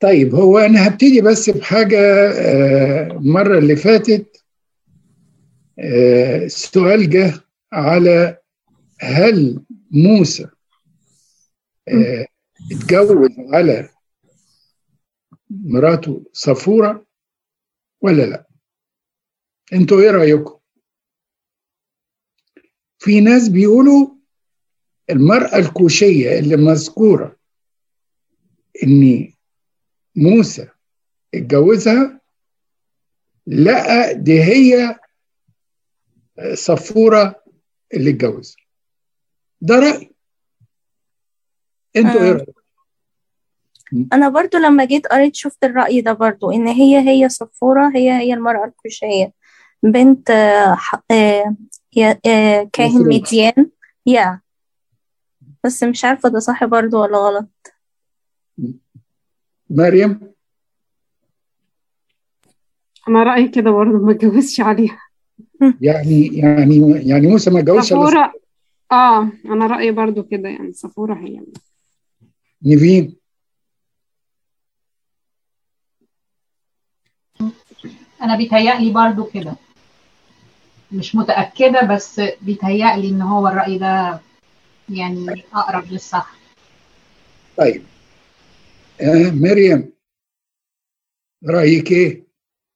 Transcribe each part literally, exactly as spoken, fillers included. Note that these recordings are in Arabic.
طيب هو أنا هبتدي بس بحاجة. المرة اللي فاتت السؤال جه على هل موسى اتجوز على مراته صفورة ولا لا؟ انتوا ايه رأيكم؟ في ناس بيقولوا المرأة الكوشية اللي مذكورة ان موسى اتجوزها، لا دي هي صفورة اللي اتجوزها. ده رأي، انتوا ايه رأيكم؟ انا برضو لما جيت قريت شفت الرأي ده برضو، ان هي هي صفورة، هي هي المرأة الكوشية بنت آه آه آه كاهن مديان. يا بس مش عارفة ده صح برضو ولا غلط. مريم؟ انا رأيي كده برضو، ما اتجوزش عليها. يعني يعني يعني موسى ما اتجوزش على صفورة. اه انا رأيي برضو كده، يعني صفورة هي. نيفين؟ انا بيتهيألي برضو كده، مش متأكدة بس بيتهيألي ان هو الرأي ده يعني اقرب للصح. طيب آه مريم رأيك ايه؟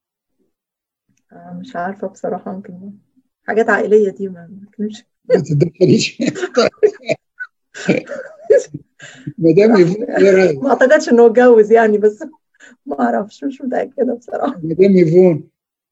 مش عارفة بصراحة، ممكن حاجات عائلية دي ما كنتش ما تتدخليش. مدام يفون ايه رأيك؟ ما اعتقدش انه اتجوز يعني، بس ما اعرفش، مش متأكدة بصراحة. مدام يفون؟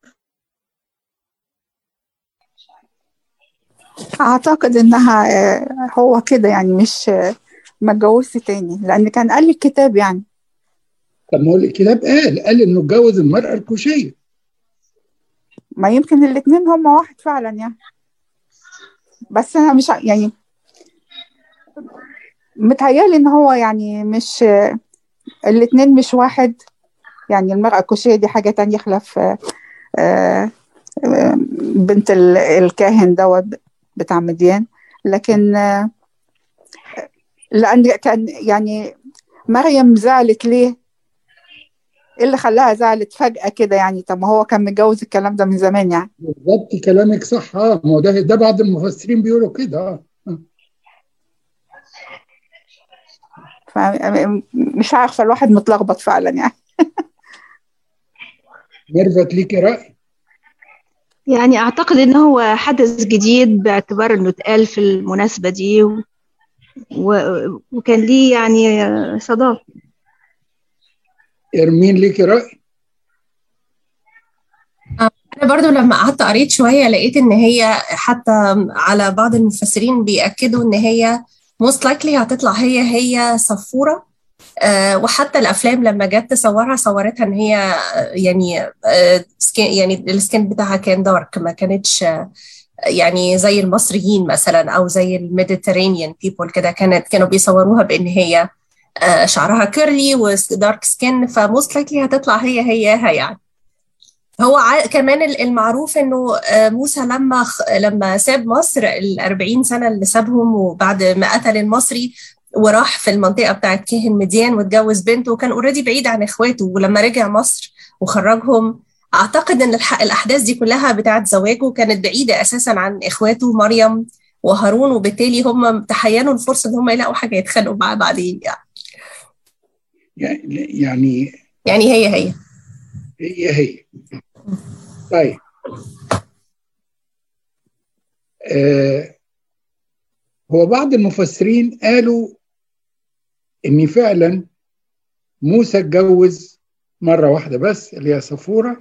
اعتقد انها هو كده يعني، مش ما اتجوزش تاني، لان كان قال الكتاب يعني. طب ما هو الكتاب قال قال انه اتجوز المرأة الكوشية. ما يمكن الاثنين هم واحد فعلا يعني، بس انا مش يعني متهيألي ان هو يعني مش الاثنين مش واحد يعني. المرأة الكوشية دي حاجة تانية خلاف بنت الكاهن دوت بتاع مديان. لكن لأن كان يعني مريم زعلت ليه؟ ايه اللي خلاها زعلت فجأة كده يعني؟ طب ما هو كان متجوز الكلام ده من زمان يعني. بالظبط كلامك صح. اه ما هو ده ده بعض المفسرين بيقولوا كده. اه فمش عارفة، الواحد متلخبط فعلا يعني. ميرفت ليكي رأي؟ يعني أعتقد إنه هو حدث جديد باعتبار إنه اتقال في المناسبة دي و... و... وكان ليه يعني صدى. إرمين ليكي رأي؟ أنا برضو لما قعدت قريت شوية لقيت إن هي حتى على بعض المفسرين بيأكدوا إن هي most likely هتطلع هي هي صفورة. أه وحتى الأفلام لما جت تصورها صورتها إن هي يعني أه سكين، يعني السكين بتاعها كان دارك، ما كانتش أه يعني زي المصريين مثلا أو زي الميديترينيان بيبول كده. كانت كانوا بيصوروها بإن هي أه شعرها كيرلي ودارك سكين، فموست لايكلي هتطلع هي هي هي يعني. هو كمان المعروف انه موسى لما لما ساب مصر الأربعين سنة اللي سابهم، وبعد ما قتل المصري وراح في المنطقة بتاعت كاهن مديان واتجوز بنته، وكان اوريدي بعيد عن اخواته، ولما رجع مصر وخرجهم اعتقد ان الاحداث دي كلها بتاعت زواجه كانت بعيدة اساسا عن اخواته مريم وهارون، وبالتالي هم تحينوا الفرصة ان هم يلاقوا حاجة يتخانقوا معاه بعدين يعني يعني يعني هي هي هي هي طيب آه هو بعض المفسرين قالوا ان فعلا موسى اتجوز مرة واحدة بس اللي هي صفورة،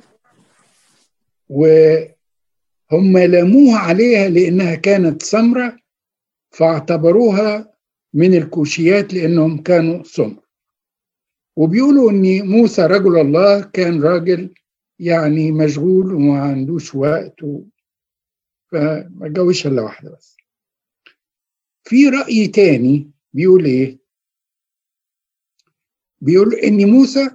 وهم لاموها عليها لانها كانت سمرة فاعتبروها من الكوشيات لانهم كانوا سمر. وبيقولوا ان موسى رجل الله كان راجل يعني مشغول وما عندوش وقت و... فما اتجوزش الا واحده بس. في رأي تاني بيقول ايه؟ بيقول ان موسى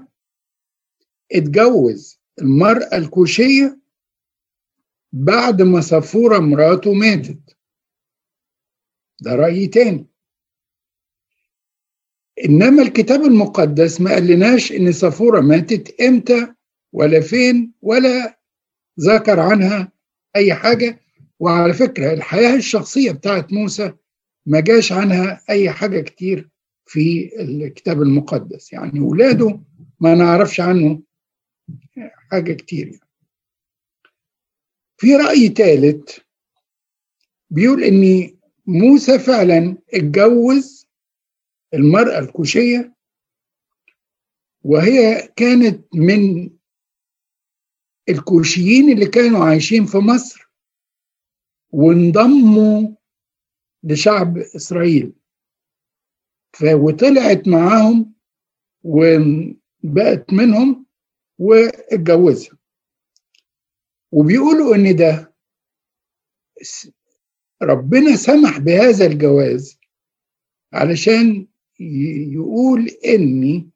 اتجوز المرأة الكوشية بعد ما صفورة مراته ماتت. ده رأي تاني. إنما الكتاب المقدس ما قالناش إن صفورة ماتت إمتى ولا فين ولا ذكر عنها أي حاجة. وعلى فكرة الحياة الشخصية بتاعت موسى ما جاش عنها أي حاجة كتير في الكتاب المقدس، يعني ولاده ما نعرفش عنه حاجة كتير يعني. في رأي ثالث بيقول إن موسى فعلا اتجوز المرأة الكوشية، وهي كانت من الكوشيين اللي كانوا عايشين في مصر وانضموا لشعب إسرائيل، وطلعت معاهم وبقت منهم واتجوزها. وبيقولوا ان ده ربنا سمح بهذا الجواز علشان يقول ان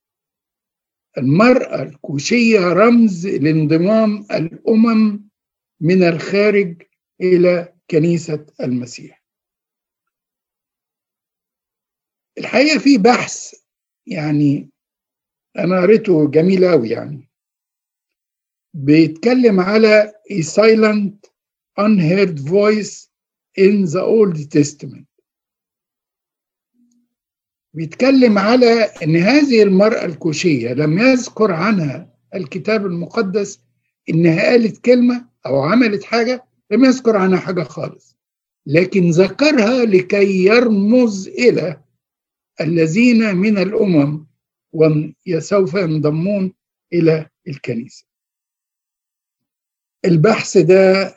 المرأة الكوشية رمز لانضمام الأمم من الخارج إلى كنيسة المسيح. الحقيقة في بحث يعني أنا قريته جميل أوي، يعني بيتكلم على a silent unheard voice in the Old Testament. بيتكلم على أن هذه المرأة الكوشية لم يذكر عنها الكتاب المقدس إنها قالت كلمة أو عملت حاجة، لم يذكر عنها حاجة خالص، لكن ذكرها لكي يرمز إلى الذين من الأمم وسوف ينضمون إلى الكنيسة. البحث ده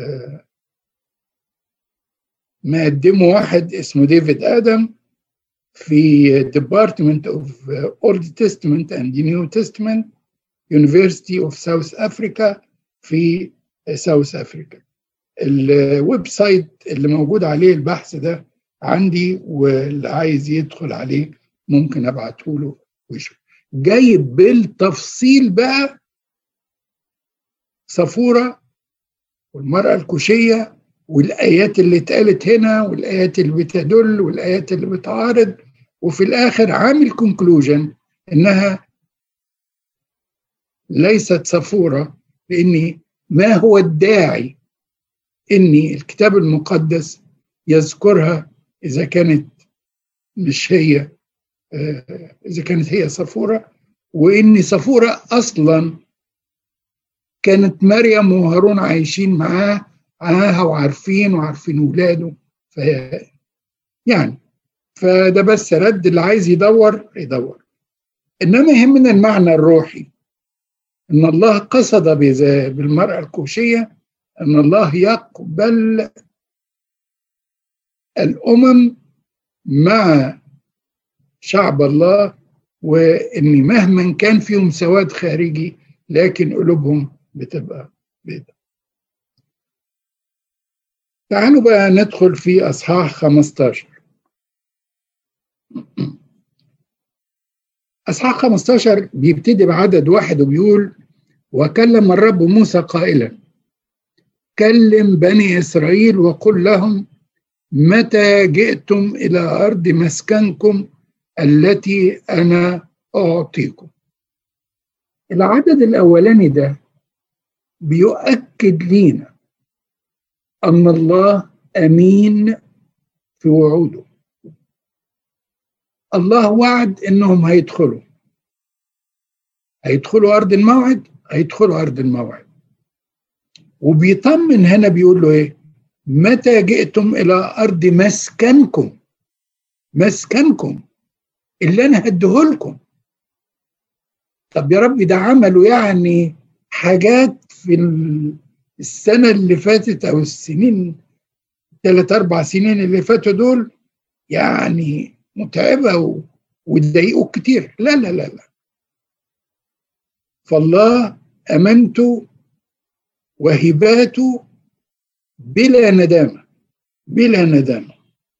مقدمه واحد اسمه ديفيد آدم في Department of Old Testament and New Testament University of South Africa في ساوث أفريقيا. الويب سايت اللي موجود عليه البحث ده عندي، واللي عايز يدخل عليه ممكن أبعته له ويشوف. جايب بالتفصيل بقى صفورة والمرأة الكوشية والآيات اللي اتقالت هنا والآيات اللي بتدل والآيات اللي بتعارض، وفي الآخر عامل كونكلوجن إنها ليست صفورة، لأن ما هو الداعي إن الكتاب المقدس يذكرها إذا كانت مش هي، إذا كانت هي صفورة، وإن صفورة أصلا كانت مريم وهارون عايشين معاه معاها وعارفين وعارفين ولاده. ف يعني فده بس رد اللي عايز يدور يدور. إنما يهمنا المعنى الروحي، إن الله قصد بالمرأة الكوشية أن الله يقبل الأمم مع شعب الله، وإن مهما كان فيهم سواد خارجي لكن قلوبهم بتبقى بيضاء. تعالوا بقى ندخل في أصحاح خمستاشر. أصحاح خمستاشر بيبتدي بعدد واحد وبيقول: وكلم الرب موسى قائلا: كلم بني إسرائيل وقل لهم متى جئتم إلى أرض مسكنكم التي أنا أعطيكم. العدد الأولاني ده بيؤكد لينا أن الله أمين في وعوده. الله وعد إنهم هيدخلوا هيدخلوا أرض الموعد، هيدخلوا أرض الموعد. وبيطمن هنا بيقول له إيه؟ متى جئتم إلى أرض مسكنكم، مسكنكم اللي أنا هديهولكم. طب يا رب ده عملوا يعني حاجات في السنة اللي فاتت أو السنين ثلاث أربع سنين اللي فاتوا دول يعني متعبة وتضايقوا كتير. لا لا لا لا، فالله أمنته وهباته بلا ندامة، بلا ندامة.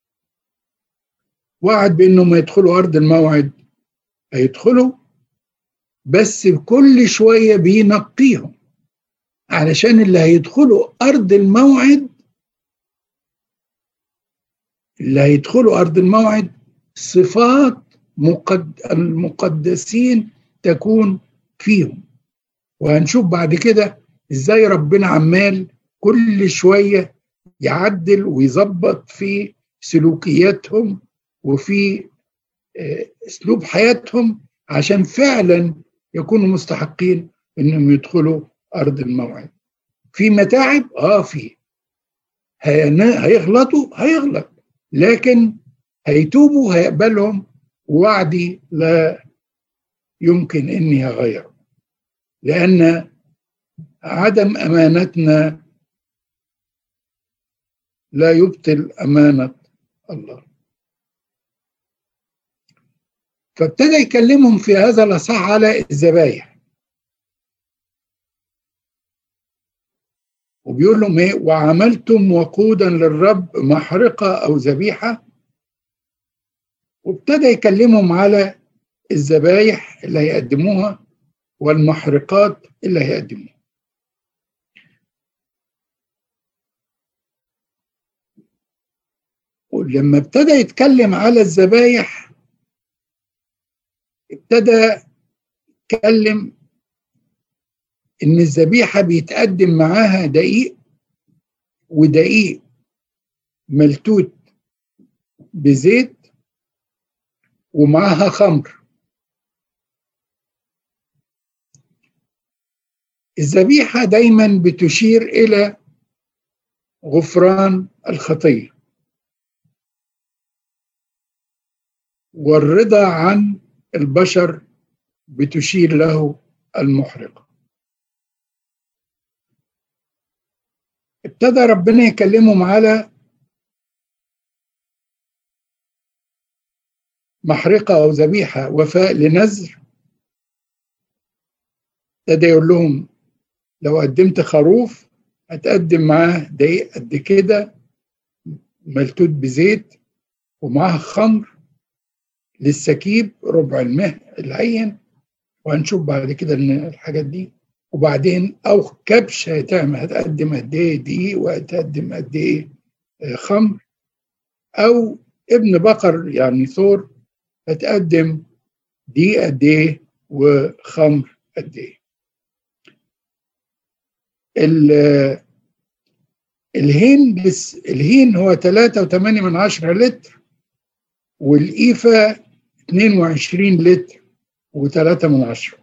وعد بأنهم يدخلوا أرض الموعد، هيدخلوا، بس كل شوية بينقيهم علشان اللي هيدخلوا أرض الموعد، اللي هيدخلوا أرض الموعد صفات المقدسين تكون فيهم. وهنشوف بعد كده ازاي ربنا عمال كل شوية يعدل ويظبط في سلوكياتهم وفي اسلوب حياتهم عشان فعلا يكونوا مستحقين انهم يدخلوا ارض الموعد. في متاعب اه في هيغلطوا هيغلط، لكن هيتوبوا هيقبلهم، ووعدي لا يمكن اني اغيره، لان عدم امانتنا لا يبطل امانه الله. فابتدى يكلمهم في هذا الاصحاح على الذبايح، وبيقول لهم ايه؟ وعملتم وقودا للرب محرقه او ذبيحه. وابتدى يكلمهم على الذبايح اللي هيقدموها والمحرقات اللي هيقدموها. ولما ابتدى يتكلم على الذبايح ابتدى يتكلم ان الذبيحه بيتقدم معاها دقيق، ودقيق ملتوت بزيت، ومعاها خمر. الذبيحه دايما بتشير الى غفران الخطيه والرضا عن البشر بتشير له المحرقة. ابتدى ربنا يكلمهم على محرقة أو ذبيحة وفاء لنذر. ابتدى يقول لهم لو قدمت خروف هتقدم معاه دقيق قد كده ملتوت بزيت ومعاه خمر للسكيب ربع الماء العين، وهنشوف بعد كده ان الحاجات دي. وبعدين او كبش هتعمل هتقدم قد ايه دقيق وهتقدم قد ايه خمر، او ابن بقر يعني ثور هتقدم دقيق قد ايه وخمر قد ايه. الهين بس الهين هو ثلاثة وثمانية من عشرة لتر، والإيفا اثنين وعشرين لتر وثلاثة من عشرة.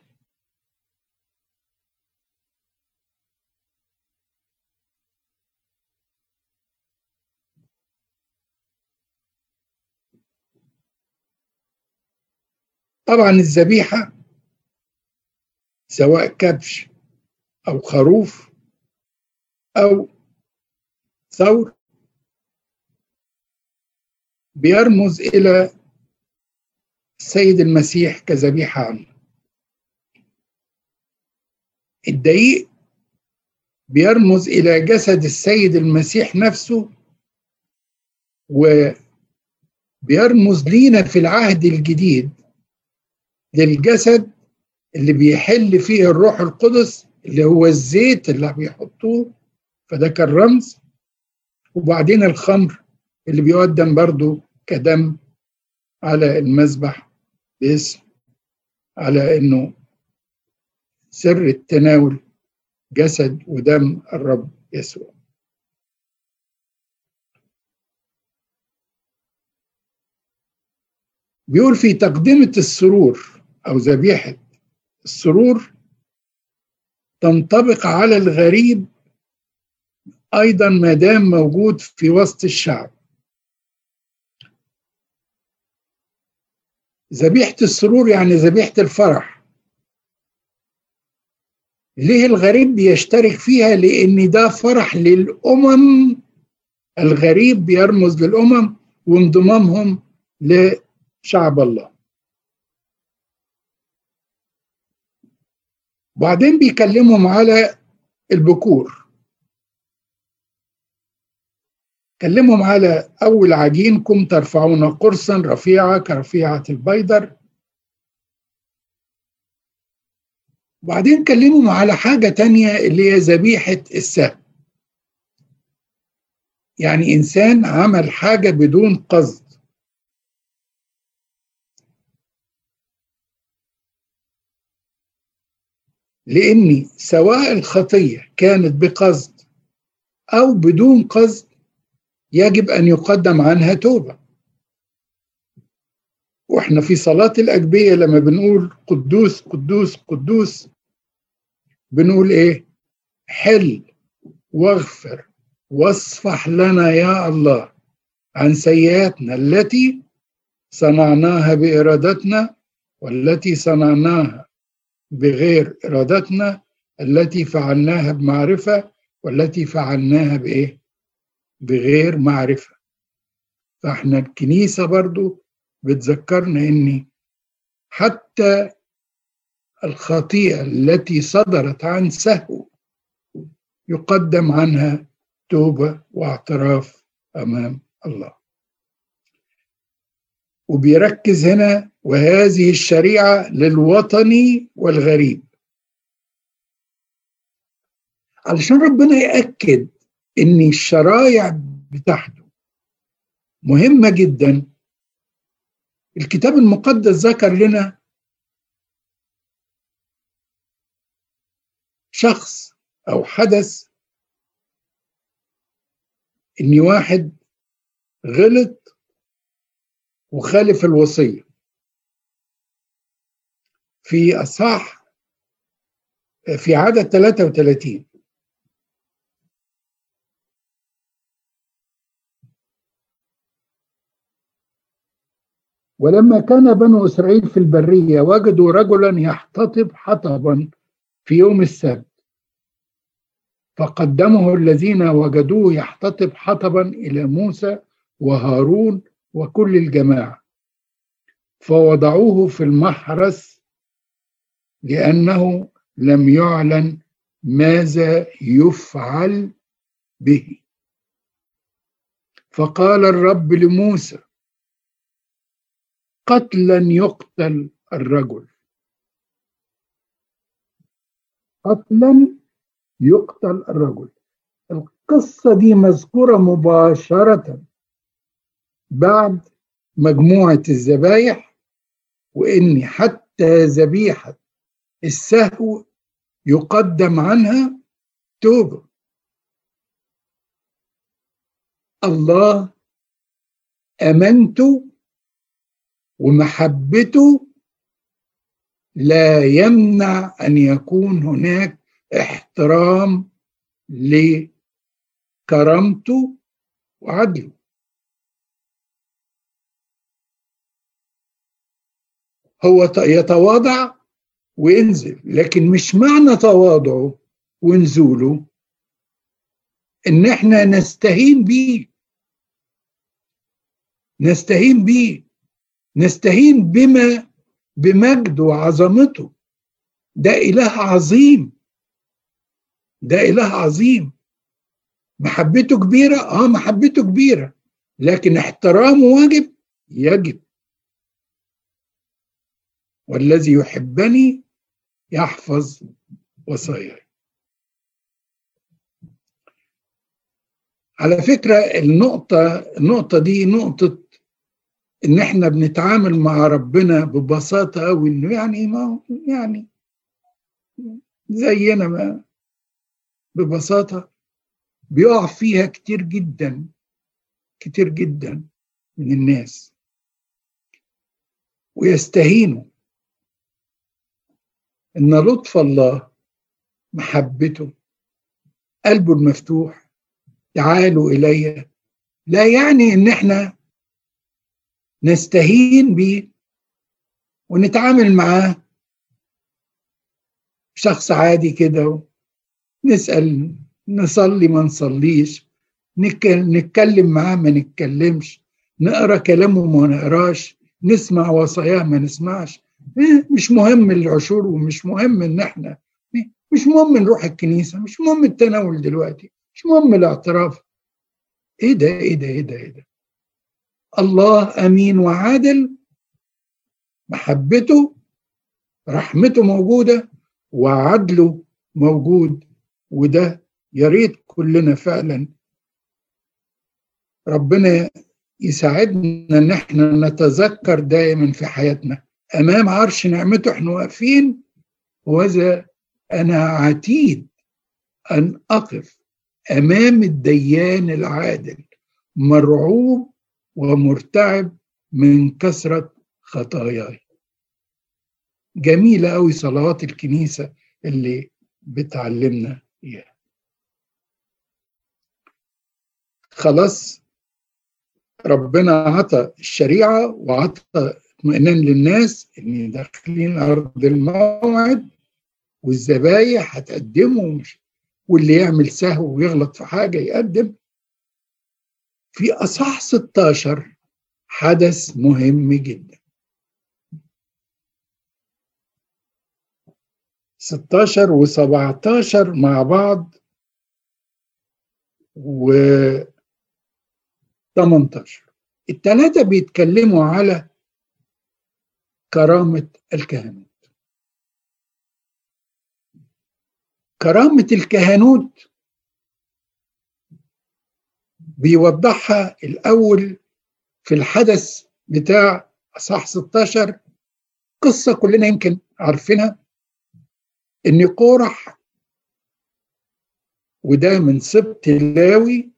طبعا الذبيحة سواء كبش أو خروف أو ثور بيرمز إلى السيد المسيح كذبيحة عنه. الدقيق بيرمز إلى جسد السيد المسيح نفسه، وبيرمز لينا في العهد الجديد للجسد اللي بيحل فيه الروح القدس اللي هو الزيت اللي بيحطوه، فده كان رمز. وبعدين الخمر اللي بيقدم برضو كدم على المذبح باسم على انه سر التناول جسد ودم الرب يسوع. بيقول في تقدمة السرور او ذبيحة السرور تنطبق على الغريب ايضا ما دام موجود في وسط الشعب. ذبيحة السرور يعني ذبيحة الفرح. ليه الغريب بيشترك فيها؟ لأن ده فرح للأمم. الغريب بيرمز للأمم وانضمامهم لشعب الله. بعدين بيكلمهم على البكور. كلمهم على أول عجينكم ترفعون قرصا رفيعة كرفيعة البيدر. وبعدين كلمهم على حاجة تانية اللي هي ذبيحة السهم. يعني إنسان عمل حاجة بدون قصد، لأن سواء الخطية كانت بقصد أو بدون قصد يجب أن يقدم عنها توبة. وإحنا في صلاة الأجبية لما بنقول قدوس قدوس قدوس بنقول إيه؟ حل واغفر واصفح لنا يا الله عن سيئاتنا التي صنعناها بإرادتنا والتي صنعناها بغير إرادتنا، التي فعلناها بمعرفة والتي فعلناها بإيه؟ بغير معرفة. فإحنا الكنيسة برضو بتذكرنا إن حتى الخطيئة التي صدرت عن سهو يقدم عنها توبة واعتراف أمام الله. وبيركز هنا وهذه الشريعة للوطني والغريب، علشان ربنا يأكد إن الشرائع بتاعته مهمة جدا. الكتاب المقدس ذكر لنا شخص أو حدث إن واحد غلط وخالف الوصية في أصحاح في عدد ثلاثة وثلاثين. ولما كان بنو إسرائيل في البرية وجدوا رجلا يحتطب حطبا في يوم السبت، فقدمه الذين وجدوه يحتطب حطبا إلى موسى وهارون وكل الجماعة، فوضعوه في المحرس لأنه لم يعلن ماذا يفعل به. فقال الرب لموسى: قتلا يقتل الرجل، قتلا يقتل الرجل. القصة دي مذكورة مباشرة بعد مجموعة الذبايح، وإن حتى ذبيحة السهو يقدم عنها توبة. الله أمنته ومحبته لا يمنع أن يكون هناك احترام لكرامته وعدله. هو يتواضع وينزل، لكن مش معنى تواضعه ونزوله ان احنا نستهين بيه، نستهين بيه نستهين بما بمجده وعظمته. ده إله عظيم، ده إله عظيم، محبته كبيرة. اه محبته كبيرة، لكن احترامه واجب، يجب. والذي يحبني يحفظ وصاياي. على فكرة النقطة النقطة دي نقطة ان احنا بنتعامل مع ربنا ببساطة قوي، انه يعني ما يعني زينا ما ببساطة بيقع فيها كتير جدا كتير جدا من الناس ويستهينوا ان لطف الله، محبته، قلبه المفتوح، تعالوا إلي، لا يعني ان احنا نستهين بيه ونتعامل معاه شخص عادي كده، نسأل نصلي ما نصليش، نتكلم معاه ما نتكلمش، نقرأ كلامه ما نقراش، نسمع وصاياه ما نسمعش. مش مهم العشور، ومش مهم ان احنا مش مهم نروح الكنيسة، مش مهم التناول دلوقتي، مش مهم الاعتراف. ايه ده ايه ده ايه ده ايه ده الله أمين وعادل، محبته رحمته موجودة وعدله موجود. وده يا ريت كلنا فعلا ربنا يساعدنا ان احنا نتذكر دائما في حياتنا امام عرش نعمته احنا واقفين، وهذا أنا عتيد أن أقف أمام الديان العادل مرعوب ومرتعب من كثرة خطاياي. جميلة أوي صلوات الكنيسة اللي بتعلمنا إياها. خلاص ربنا عطى الشريعة وعطى اطمئنان للناس إن داخلين أرض الموعد، والذبايح هتقدمه، واللي يعمل سهو ويغلط في حاجة يقدم. في أصحاح ستاشر حدث مهم جدا. ستاشر وسبعتاشر مع بعض و تمنتاشر الثلاثة بيتكلموا على كرامة الكهنوت. كرامة الكهنوت بيوضحها الأول في الحدث بتاع أصحاح ستاشر. قصة كلنا يمكن عارفينها، إن قورح وده من سبط لاوي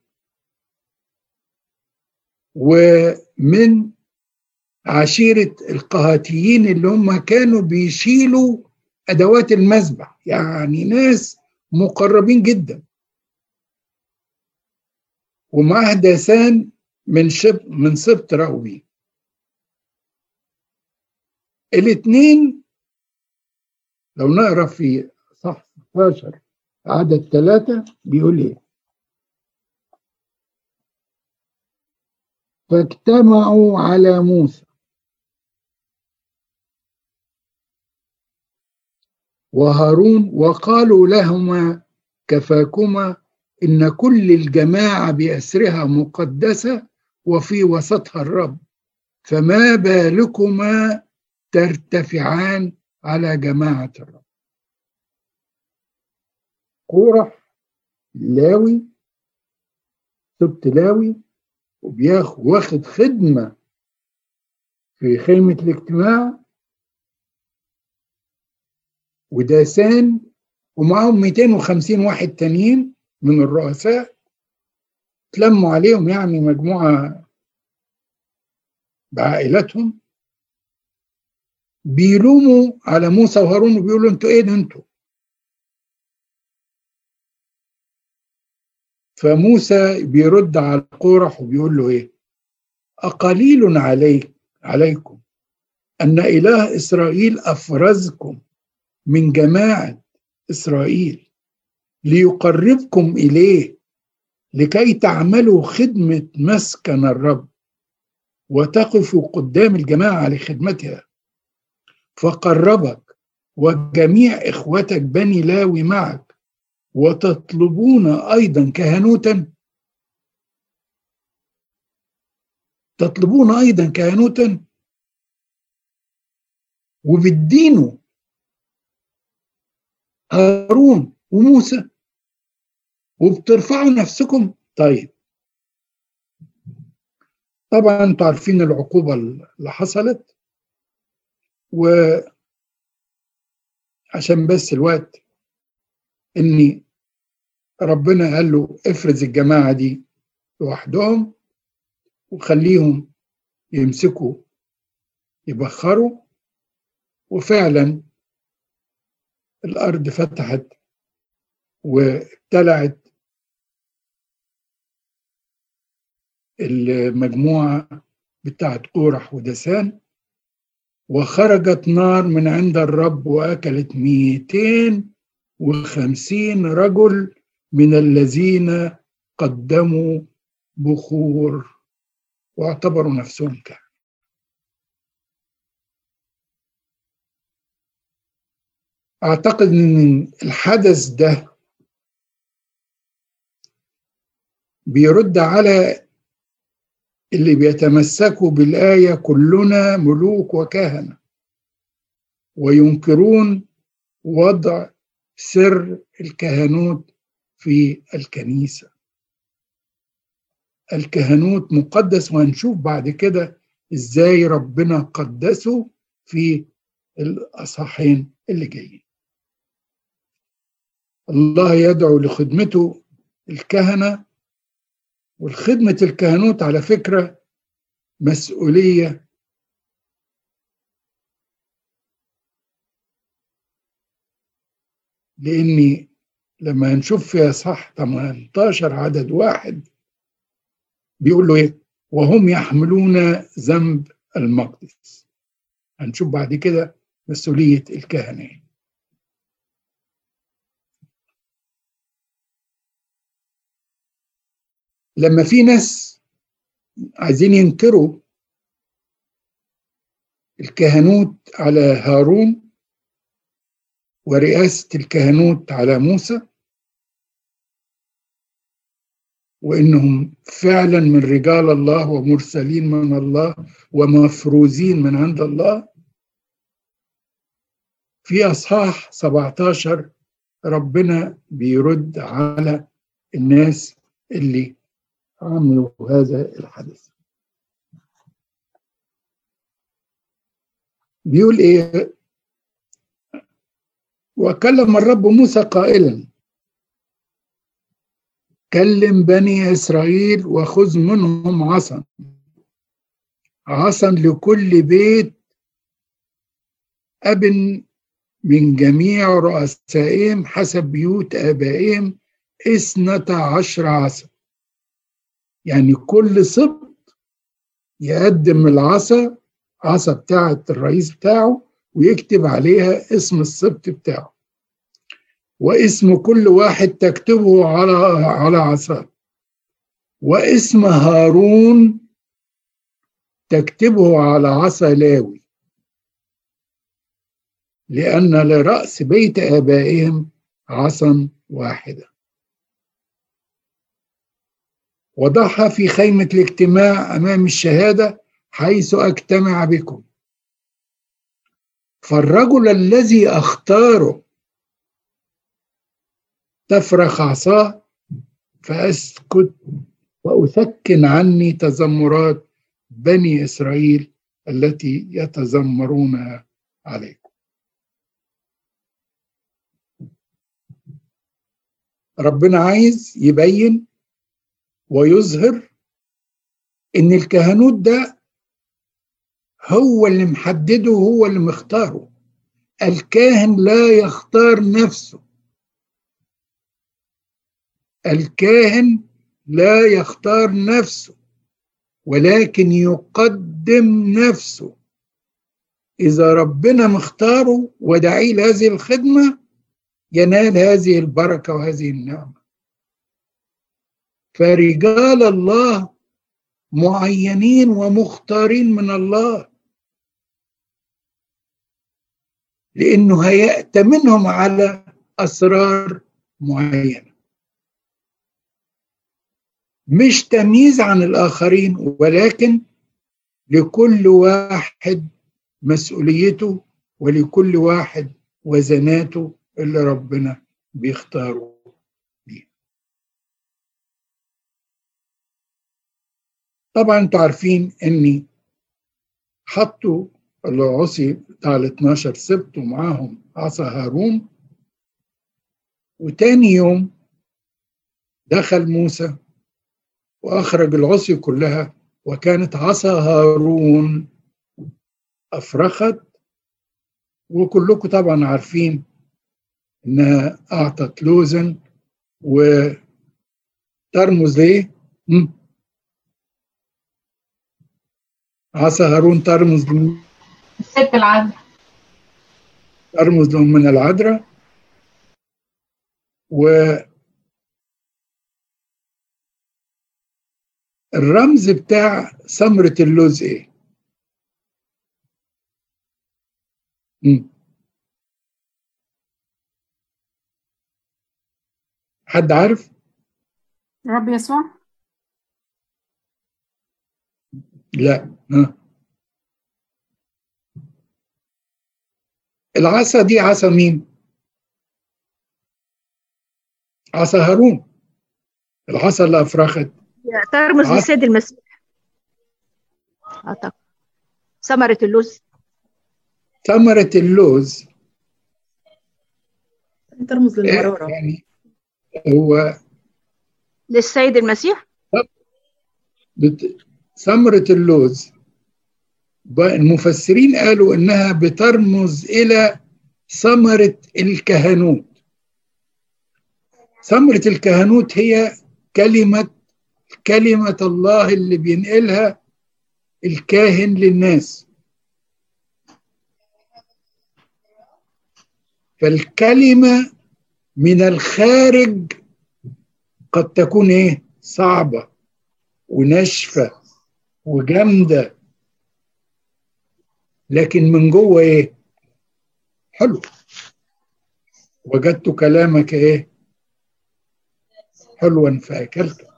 ومن عشيرة القهاتيين اللي هم كانوا بيشيلوا أدوات المذبح، يعني ناس مقربين جدا، ومعه داسان من شب من سبط راوي. الاثنين لو نقرا في صح ستاشر عدد ثلاثة بيقول ايه؟ فاجتمعوا على موسى وهارون وقالوا لهما كفاكما إن كل الجماعة بأسرها مقدسة وفي وسطها الرب، فما بالكما ترتفعان على جماعة الرب. قورح لاوي، سبط لاوي، وبياخد واخد خدمة في خيمة الاجتماع، وداسان ومعهم مئتين وخمسين واحد تانيين من الرؤساء تلموا عليهم، يعني مجموعة بعائلتهم، بيلوموا على موسى وهارون وبيقولوا انتوا ايه ده انتوا؟ فموسى بيرد على قورح وبيقول له ايه؟ أقليل عليك عليكم أن إله إسرائيل أفرزكم من جماعة إسرائيل ليقربكم إليه لكي تعملوا خدمة مسكن الرب وتقفوا قدام الجماعة لخدمتها، فقربك وجميع إخوتك بني لاوي معك وتطلبون أيضا كهنوتا تطلبون أيضا كهنوتا وبتدينوا هارون وموسى وبترفعوا نفسكم. طيب طبعا انتوا عارفين العقوبة اللي حصلت، وعشان بس الوقت اني ربنا قال له افرز الجماعة دي لوحدهم وخليهم يمسكوا يبخروا، وفعلا الأرض فتحت وابتلعت المجموعة بتاعت قورح وداسان، وخرجت نار من عند الرب وأكلت مئتين وخمسين رجل من الذين قدموا بخور واعتبروا نفسهم كهنة. أعتقد أن الحدث ده بيرد على اللي بيتمسكوا بالآية كلنا ملوك وكهنة وينكرون وضع سر الكهنوت في الكنيسة. الكهنوت مقدس، وهنشوف بعد كده إزاي ربنا قدسه في الأصحاحين اللي جايين. الله يدعو لخدمته الكهنة، والخدمة الكهنوت على فكرة مسؤولية لأني لما نشوف فيها صح ثمانية عشر عدد واحد بيقول له إيه؟ وهم يحملون ذنب المقدس. هنشوف بعد كده مسؤولية الكهنة. لما في ناس عايزين ينكروا الكهنوت على هارون ورئاسة الكهنوت على موسى، وإنهم فعلا من رجال الله ومرسلين من الله ومفروزين من عند الله، في أصحاح سبعة عشر ربنا بيرد على الناس اللي عملوا هذا الحدث. بيقول إيه؟ وكلم الرب موسى قائلا كلم بني إسرائيل وخذ منهم عصا عصا لكل بيت أب من جميع رؤسائهم حسب بيوت آبائهم اثنتا عشر عصا. يعني كل سبط يقدم العصا عصا بتاعة الرئيس بتاعه ويكتب عليها اسم السبط بتاعه واسم كل واحد تكتبه على على عصاه، واسم هارون تكتبه على عصا لاوي، لأن لرأس بيت آبائهم عصا واحدة. وضعها في خيمة الاجتماع أمام الشهادة حيث أجتمع بكم. فالرجل الذي أختاره تفرخ عصاه فأسكت وأسكن عني تذمرات بني إسرائيل التي يتذمرون عليكم. ربنا عايز يبين ويظهر إن الكهنوت ده هو اللي محدده، هو اللي مختاره. الكاهن لا يختار نفسه، الكاهن لا يختار نفسه ولكن يقدم نفسه. إذا ربنا مختاره ودعيه لهذه الخدمة ينال هذه البركة وهذه النعمة. فرجال الله معينين ومختارين من الله، لأنه هيأتمنهم على أسرار معينة، مش تمييز عن الآخرين، ولكن لكل واحد مسؤوليته ولكل واحد وزناته اللي ربنا بيختاره بيه. طبعا انتوا عارفين اني حطوا العصي بتاع ال اتناشر سبت ومعاهم عصا هارون، وتاني يوم دخل موسى وأخرج العصي كلها، وكانت عصا هارون أفرخت، وكلكم طبعا عارفين إنها أعطت لوزا وترمز ليه؟ عصا هارون ترمز الست العذراء، ترمز من العذراء. والرمز بتاع ثمرة اللوز ايه؟ مم. حد عارف؟ رب يسوع. لا. ها. العصا دي عصا مين؟ عصا هارون، العصا اللي أفرخت ترمز للسيد المسيح. أعتقد ثمرة اللوز. ثمرة اللوز ترمز للمرارة. يعني هو للسيد المسيح. ثمرة اللوز المفسرين قالوا إنها بترمز إلى ثمرة الكهنوت. ثمرة الكهنوت هي كلمة كلمة الله اللي بينقلها الكاهن للناس. فالكلمة من الخارج قد تكون ايه؟ صعبة وناشفة وجامدة، لكن من جوه ايه؟ حلو. وجدت كلامك ايه؟ حلوا فأكلته.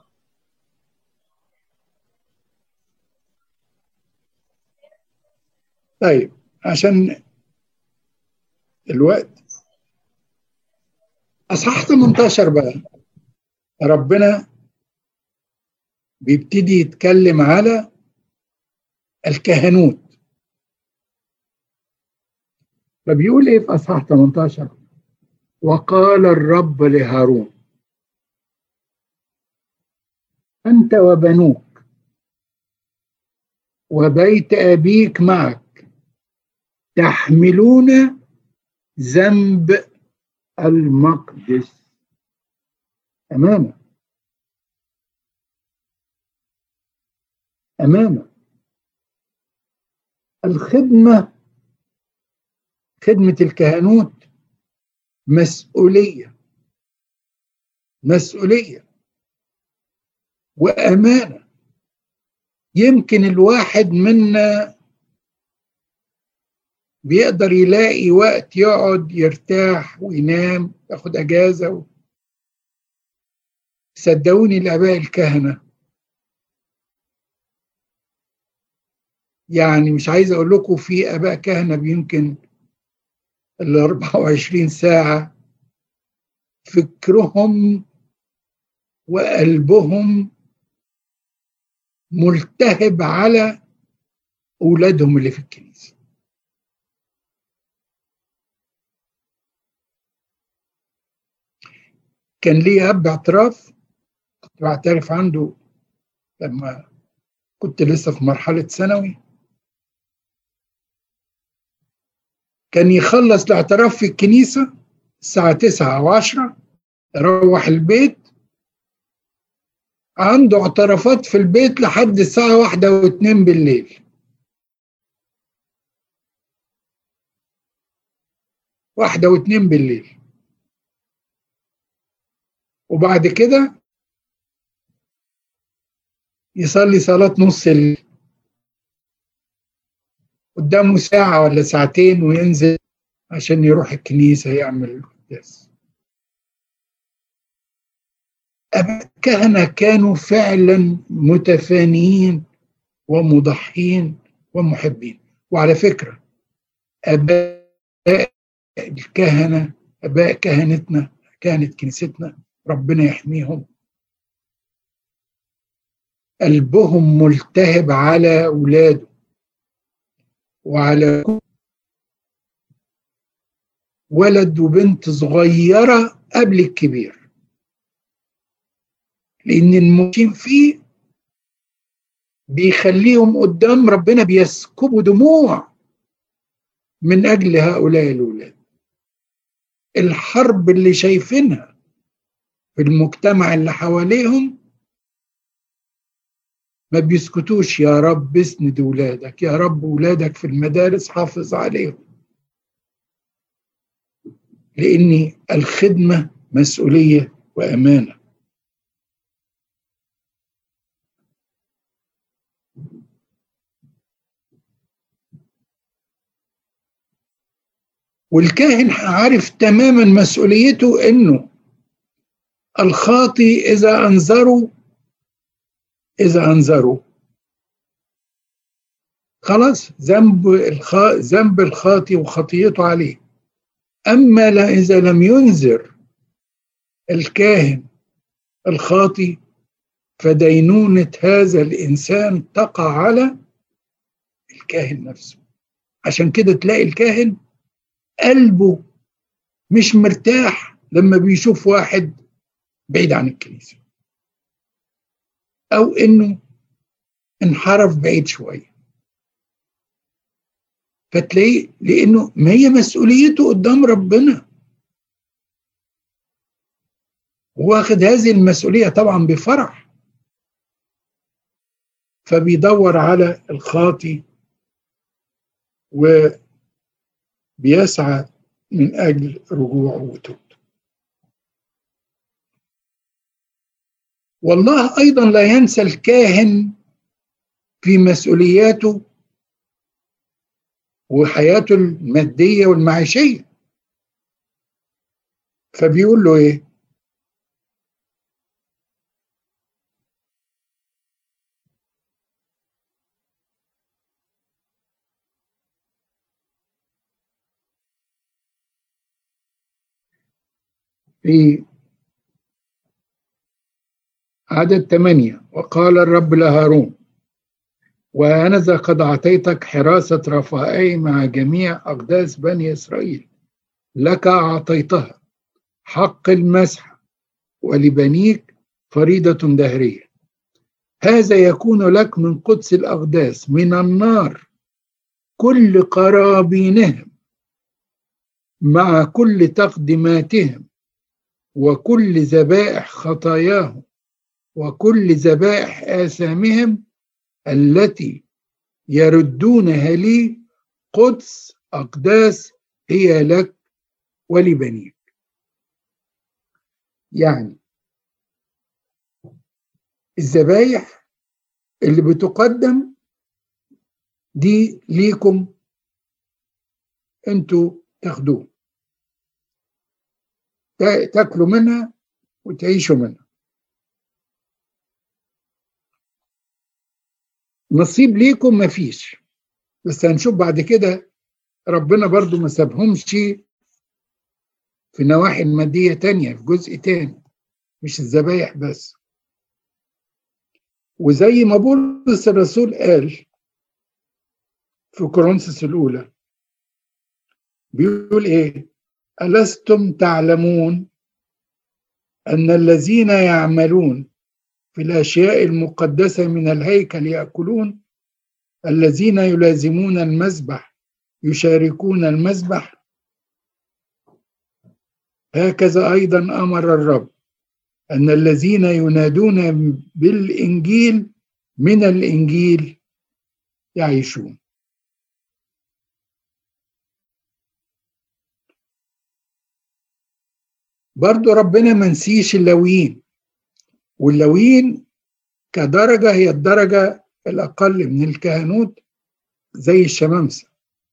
طيب عشان الوقت، أصحاح ثمانية عشر بقى ربنا بيبتدي يتكلم على الكهنوت. فبيقول ايه في أصحاح ثمانية عشر؟ وقال الرب لهارون أنت وبنوك وبيت أبيك معك تحملون ذنب المقدس أمامك أمامك. الخدمة، خدمة الكهنوت مسؤولية مسؤولية وأمانة. يمكن الواحد منا بيقدر يلاقي وقت يقعد يرتاح وينام ياخد أجازة. صدقوني الآباء الكهنة، يعني مش عايز أقول لكم في آباء كهنة بيمكن ال أربعة وعشرين ساعة فكرهم وقلبهم ملتهب على أولادهم اللي في الكنيسة. كان لي أب اعتراف كنت بعترف عنده لما كنت لسه في مرحلة ثانوي. كان يخلص الاعتراف في الكنيسة الساعة تسعة أو عشرة، يروح البيت عنده اعترافات في البيت لحد الساعة واحدة واتنين بالليل. واحدة واتنين بالليل. وبعد كده يصلي صلاة نص الليل، قدامه ساعة ولا ساعتين وينزل عشان يروح الكنيسة يعمل القداس. أباء الكهنة كانوا فعلا متفانيين ومضحين ومحبين. وعلى فكرة أباء الكهنة أباء كهنتنا كانت كنيستنا ربنا يحميهم، قلبهم ملتهب على أولاده وعلى ولد وبنت صغيرة قبل الكبير، لأن المشين فيه بيخليهم قدام ربنا بيسكبوا دموع من أجل هؤلاء الأولاد. الحرب اللي شايفينها في المجتمع اللي حواليهم ما بيسكتوش، يا رب اسند ولادك، يا رب ولادك في المدارس حافظ عليهم، لأن الخدمة مسؤولية وأمانة. والكاهن عارف تماما مسؤوليته، انه الخاطي اذا انذروا اذا انذروا خلاص ذنب الخا... ذنب الخاطي وخطيته عليه. اما لا اذا لم ينذر الكاهن الخاطي فدينونة هذا الانسان تقع على الكاهن نفسه. عشان كده تلاقي الكاهن قلبه مش مرتاح لما بيشوف واحد بعيد عن الكنيسة أو إنه انحرف بعيد شوية، فتلاقيه لأنه ما هي مسؤوليته قدام ربنا، واخد هذه المسؤولية طبعا بفرح، فبيدور على الخاطي وبيسعى من أجل رجوعه وتوبته. والله أيضا لا ينسى الكاهن في مسؤولياته وحياته المادية والمعيشية، فبيقول له إيه؟ في عدد ثمانية: وقال الرب لهارون: وأنذا قد أعطيتك حراسة رفائي مع جميع أقداس بني إسرائيل، لك أعطيتها حق المسح، ولبنيك فريضة دهرية. هذا يكون لك من قدس الأقداس من النار كل قرابينهم مع كل تقدماتهم وكل ذبائح خطاياهم وكل ذبائح آثامهم التي يردونها لي، قدس أقداس هي لك ولبنيك. يعني الذبائح اللي بتقدم دي ليكم انتوا تاخدوه، تاكلوا منها وتعيشوا منها. نصيب ليكم مفيش، بس هنشوف بعد كده ربنا برضو ما سابهمش في نواحي المادية تانية، في جزء تاني مش الذبايح بس. وزي ما بولس الرسول قال في كورنثوس الأولى، بيقول إيه؟ ألستم تعلمون أن الذين يعملون في الأشياء المقدسة من الهيكل يأكلون، الذين يلازمون المذبح يشاركون المذبح، هكذا أيضا أمر الرب أن الذين ينادون بالإنجيل من الإنجيل يعيشون. برضو ربنا منسيش اللويين، واللويين كدرجة هي الدرجة الأقل من الكهنوت زي الشمامسة،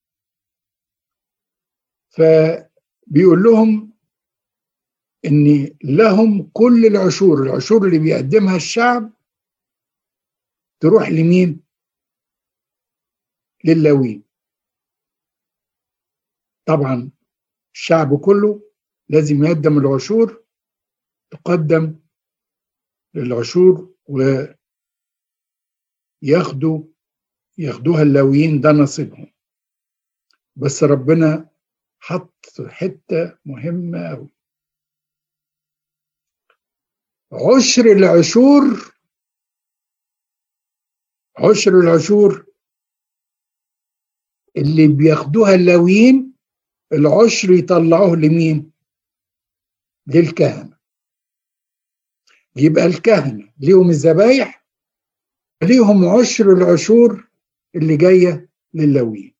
فبيقول لهم إن لهم كل العشور، العشور اللي بيقدمها الشعب تروح لمين؟ لللاويين. طبعا الشعب كله لازم يقدم العشور، تقدم للعشور وياخدوا ياخدوها اللاويين، ده نصيبهم. بس ربنا حط حتة مهمة أوي، عشر العشور، عشر العشور اللي بياخدوها اللاويين، العشر يطلعوه لمين؟ للكهنة. يبقى الكهنة ليهم الذبايح، ليهم عشر العشور اللي جاية لللاويين.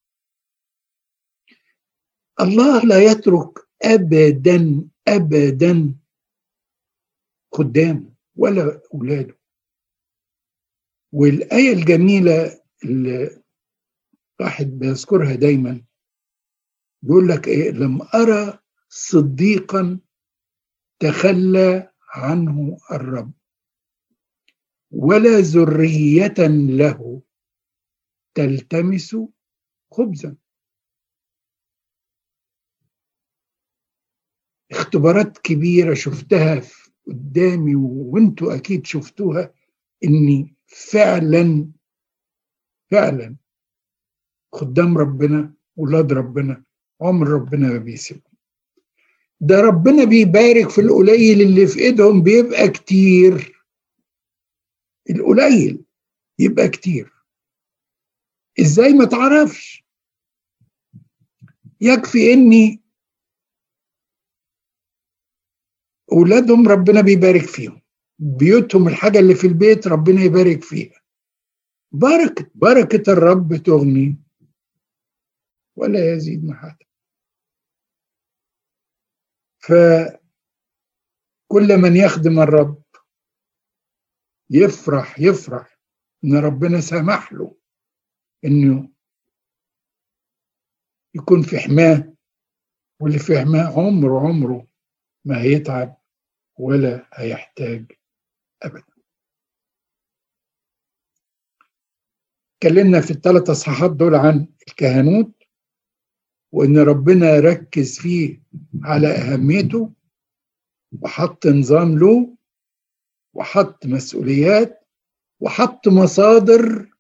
الله لا يترك أبدا أبدا خدامه ولا أولاده. والآية الجميلة اللي واحد بيذكرها دايما بيقول لك إيه؟ لم أرى صديقا تخلى عنه الرب ولا ذرية له تلتمس خبزا. اختبارات كبيرة شفتها قدامي وانتوا أكيد شفتوها، إني فعلا فعلا خدام ربنا ولاد ربنا عمر ربنا ما بيسيبهم. ده ربنا بيبارك في القليل اللي في ايدهم بيبقى كتير. القليل يبقى كتير ازاي ما تعرفش. يكفي اني اولادهم ربنا بيبارك فيهم، بيوتهم الحاجة اللي في البيت ربنا يبارك فيها. بركة بركة الرب تغني ولا يزيد محالة. فكل من يخدم الرب يفرح يفرح ان ربنا سمح له انه يكون في حماه، واللي في حماه عمره عمره ما هيتعب ولا هيحتاج ابدا. اتكلمنا في الثلاث اصحاحات دول عن الكهنوت، وان ربنا ركز فيه على اهميته وحط نظام له وحط مسؤوليات وحط مصادر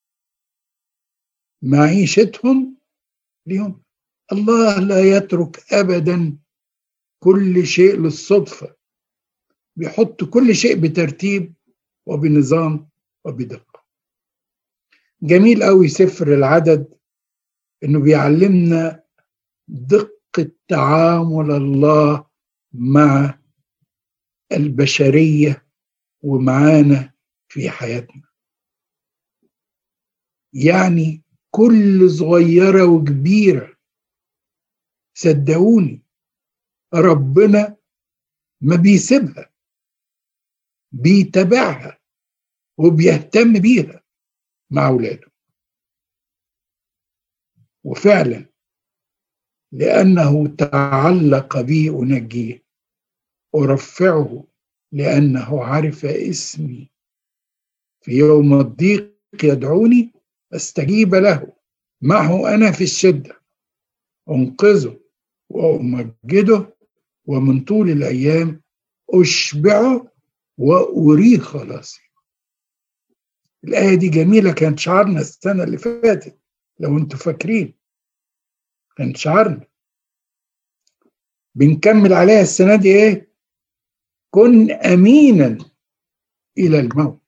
معيشتهم ليهم. الله لا يترك ابدا كل شيء للصدفة، بيحط كل شيء بترتيب وبنظام وبدقة. جميل قوي سفر العدد انه بيعلمنا دقة تعامل الله مع البشرية ومعانا في حياتنا. يعني كل صغيرة وكبيرة صدقوني ربنا ما بيسيبها، بيتابعها وبيهتم بيها مع أولاده. وفعلا لأنه تعلق بي أنجيه، أرفعه لأنه عرف اسمي، في يوم الضيق يدعوني أستجيب له، معه أنا في الشدة أنقذه وأمجده، ومن طول الأيام أشبعه وأريه خلاصي. الآية دي جميلة، كانت شعارنا السنة اللي فاتت لو أنتوا فاكرين، كان شعارنا بنكمل عليها السنة دي إيه؟ كن أمينا إلى الموت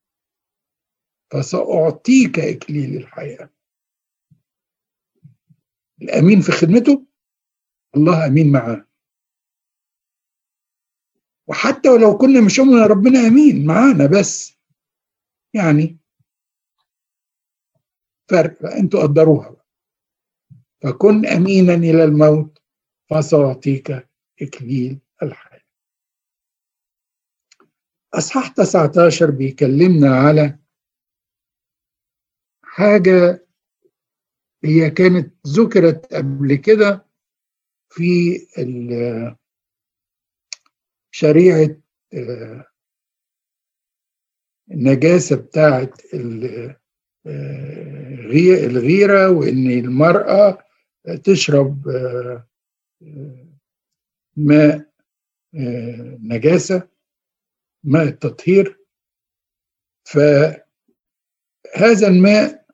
فسأعطيك إكليل الحياة. الأمين في خدمته الله أمين معاه، وحتى ولو كنا مش قلنا ربنا أمين معانا بس يعني فرق، أنتوا قدروها. فكن أمينا إلى الموت فسأعطيك إكليل الحياة. أصحاح تسعة عشر بيكلمنا على حاجة هي كانت ذكرت قبل كده في شريعة النجاسة بتاعت الغيرة، وإن المرأة تشرب ماء نجاسة، ماء التطهير. فهذا الماء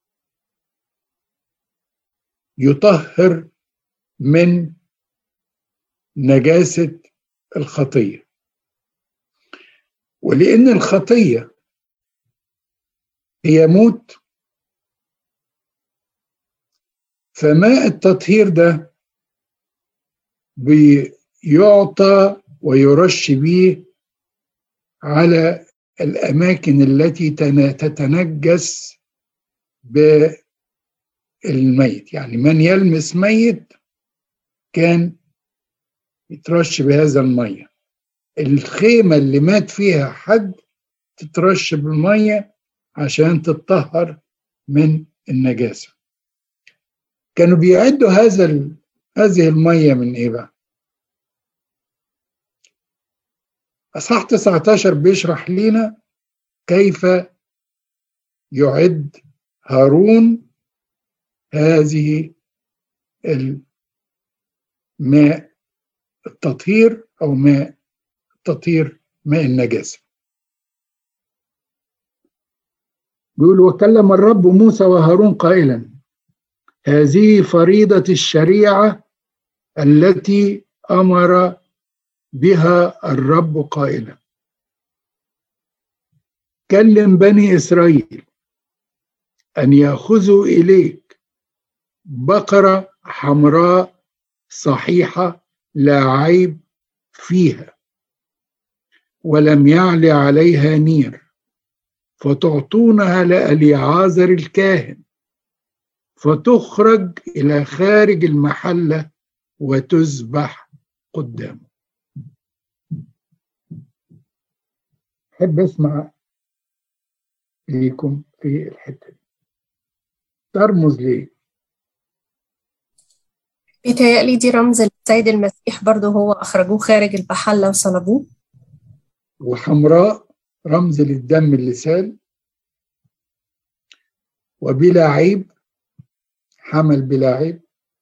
يطهر من نجاسة الخطية، ولأن الخطية هي موت، فماء التطهير ده بيعطى ويرش به على الأماكن التي تتنجس بالميت. يعني من يلمس ميت كان يترش بهذا المية. الخيمة اللي مات فيها حد تترش بالمية عشان تتطهر من النجاسة. كانوا بيعدوا هذا ال... هذه المية من ايه بقى؟ أصحاح تسعة عشر بيشرح لنا كيف يعد هارون هذه الماء التطهير أو ماء التطهير ماء النجاسة. بيقول: وكلم الرب موسى وهارون قائلا: هذه فريضة الشريعة التي أمر بها الرب قائلا: كلم بني إسرائيل أن يأخذوا إليك بقرة حمراء صحيحة لا عيب فيها ولم يعل عليها نير، فتعطونها لأليعازر الكاهن، فتخرج إلى خارج المحلة وتذبح قدامه. أحب أسمع ليكم في الحتة دي، ترمز ليه؟ بيتهيألي دي رمز السيد المسيح، برضو هو أخرجوه خارج المحلة وصلبوه. وحمراء رمز للدم اللي سال، وبلا عيب، حمل بلا عيب.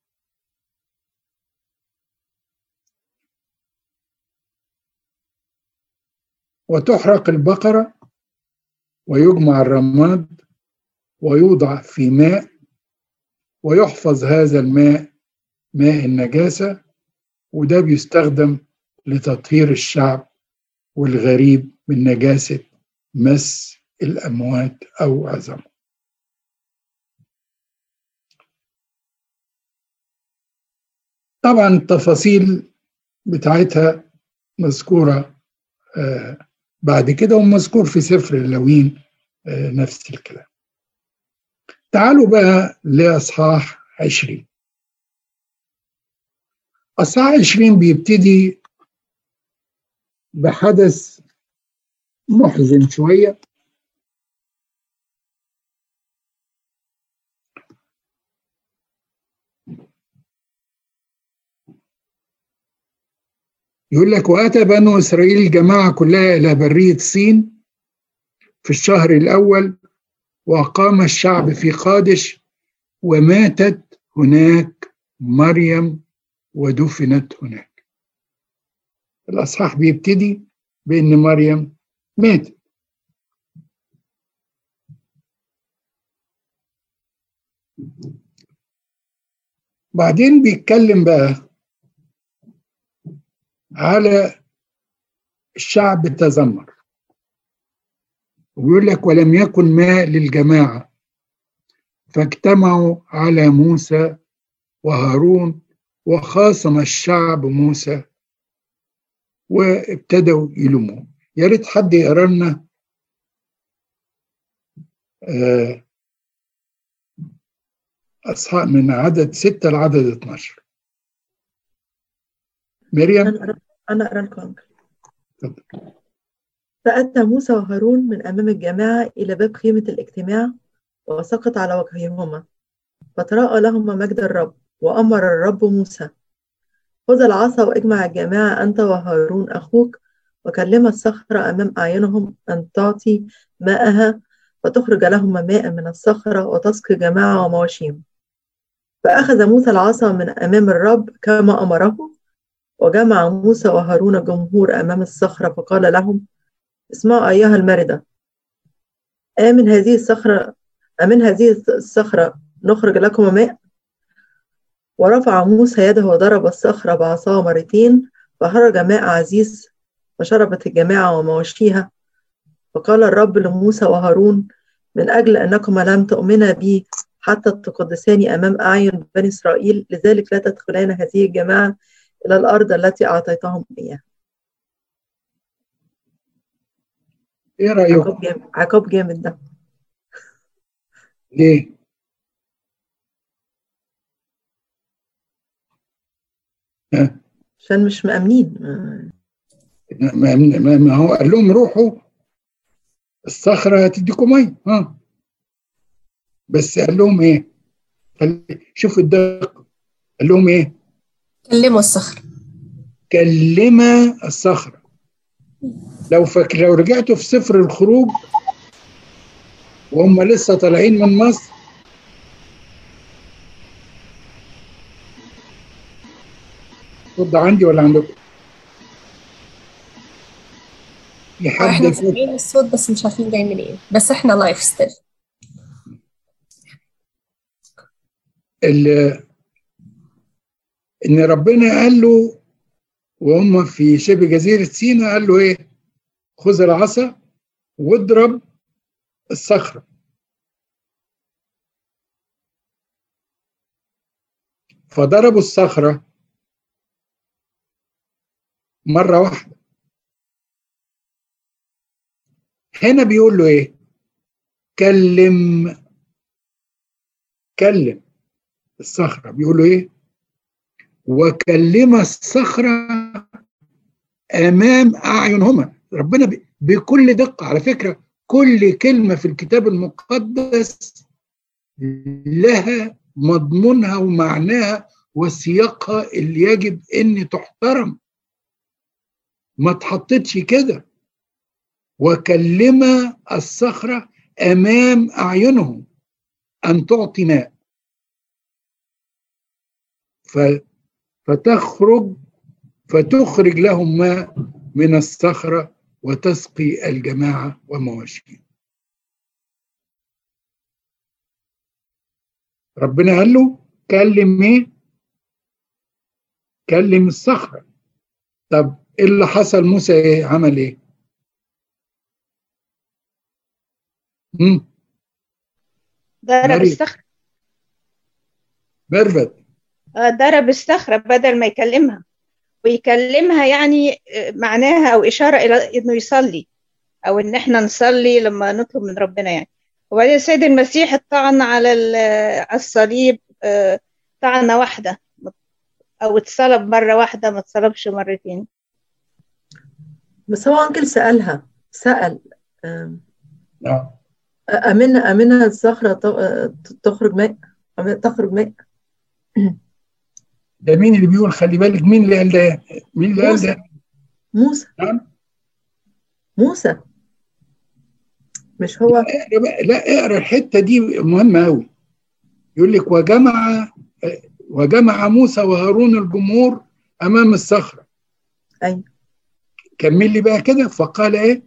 وتحرق البقرة ويجمع الرماد ويوضع في ماء، ويحفظ هذا الماء ماء النجاسة، وده بيستخدم لتطهير الشعب والغريب من نجاسة مس الأموات أو عظام. طبعا التفاصيل بتاعتها مذكورة آه بعد كده، ومذكور في سفر اللاويين آه نفس الكلام. تعالوا بقى لأصحاح عشرين. أصحاح عشرين بيبتدي بحدث محزن شوية. يقول لك: وأتى بنو إسرائيل الجماعة كلها إلى برية صين في الشهر الأول، وأقام الشعب في قادش، وماتت هناك مريم ودفنت هناك. الأصحاح بيبتدي بأن مريم ماتت. بعدين بيتكلم بقى على الشعب التذمر، ويقول لك: ولم يكن ماء للجماعة، فاجتمعوا على موسى وهارون، وخاصم الشعب موسى وابتدوا يلوموه. يا ريت حد يقرا لنا أصحاح من عدد ستة لعدد اتناشر. مريم. أنا أقرأ لكم. فأتى موسى وهارون من أمام الجماعة إلى باب خيمة الاجتماع، وسقط على وجههما، فتراءى لهما مجد الرب. وأمر الرب موسى: خذ العصا واجمع الجماعة أنت وهارون أخوك، وكلم الصخرة أمام أعينهم أن تعطي ماءها، فتخرج لهما ماء من الصخرة وتسقي جماعة ومواشيهم. فأخذ موسى العصا من أمام الرب كما أمره، وجمع موسى وهارون الجمهور أمام الصخرة، فقال لهم: اسمعوا أيها المردة، آمن هذه الصخرة أمن هذه الصخرة نخرج لكم ماء. ورفع موسى يده وضرب الصخرة بعصاه مرتين، فخرج ماء عزيز، فشربت الجماعة ومواشيها. فقال الرب لموسى وهارون: من أجل أنكما لم تؤمنا بي حتى تقدساني أمام أعين بني إسرائيل، لذلك لا تدخلان هذه الجماعة إلى الأرض التي أعطيتهم إياها. إيه رأيك؟ عقاب جامد، عقاب جامد ده. ليه؟ عشان مش مأمنين. ما, ما هو قال لهم روحوا الصخرة هتديكم مية، ها بس قال لهم ايه؟ شوفوا الدقة، قال لهم ايه؟ كلموا الصخرة. كلمة الصخرة. لو فاكر، لو رجعتوا في سفر الخروج وهم لسه طالعين من مصر، الصوت عندي ولا عندكم؟ في حد؟ احنا سامعين الصوت بس مش عارفين جاي منين، بس احنا لايف ستيل. ان ربنا قال له وهم في شبه جزيرة سيناء قال له ايه؟ خذ العصا واضرب الصخرة. فضربوا الصخرة مرة واحدة. هنا بيقول له ايه؟ كلم كلم الصخرة. بيقول له ايه؟ وكلم الصخرة أمام أعينهما. ربنا بكل دقة، على فكرة كل كلمة في الكتاب المقدس لها مضمونها ومعناها وسياقها اللي يجب أن تحترم، ما تحطتش كده. وكلم الصخرة أمام أعينهم أن تعطي ماء فتخرج فتخرج لهم ماء من الصخرة وتسقي الجماعة ومواشيهم. ربنا قال له كلم ايه؟ كلم الصخرة. طب ايه اللي حصل؟ موسى ايه عمل ايه؟ امم ضرب الصخرة. ميرفت ضرب الصخرة بدل ما يكلمها، ويكلمها يعني معناها او اشارة الى انه يصلي، او ان احنا نصلي لما نطلب من ربنا يعني. وبعدين السيد المسيح الطعن على الصليب طعنة واحدة، او اتصلب مرة واحدة، ما اتصلبش مرتين. بس هو انكل سألها سأل اه أمنها أمنها الصخرة تخرج ماء، تخرج ماء. ده مين اللي بيقول؟ خلي بالك مين اللي قال ده؟ مين اللي قال ده؟ موسى. نعم موسى مش هو. لا, لا اقرا الحته دي مهمه قوي. يقول لك وجمع وجمع موسى وهارون الجمهور امام الصخره. ايوه كمل لي بقى كده. فقال ايه؟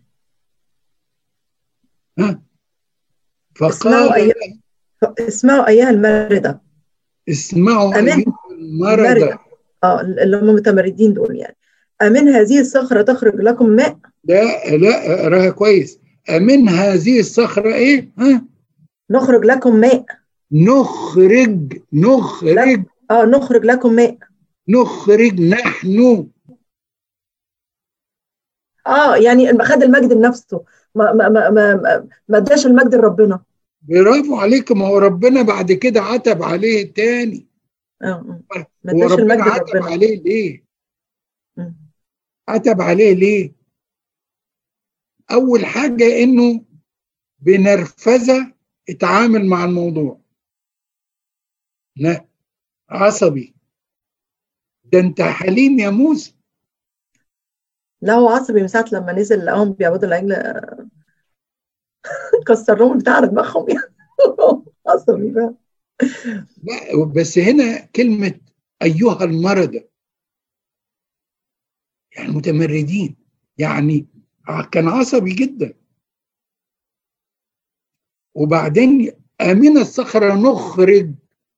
ها فقال اسمعوا أيها اسمعوا ايها المردة. اسمعوا ايها المردة. اه اللي هم متمردين دول يعني. أمن هذه الصخرة تخرج لكم ماء. لا لا اقراها كويس. أمن هذه الصخرة ايه؟ ها نخرج لكم ماء. نخرج نخرج اه نخرج لكم ماء. نخرج نحن. اه يعني خد المجد لنفسه، ما ما ما ما ما اداش المجد لربنا. برافو عليك. ما هو ربنا بعد كده عتب عليه تاني. اه ما اداش المجد لربنا. عتب عليه ليه؟ م. عتب عليه ليه؟ اول حاجة انه بنرفزة اتعامل مع الموضوع. لا عصبي. ده انت حليم يا موسى. لا هو عصبي من ساعة لما نزل لقاهم بيعبدوا العجل كسر لهم بتاع دماغهم يعني. عصبي بقى. لا بس هنا كلمة أيها المردة يعني متمردين، يعني كان عصبي جدا. وبعدين أمين الصخرة نخرج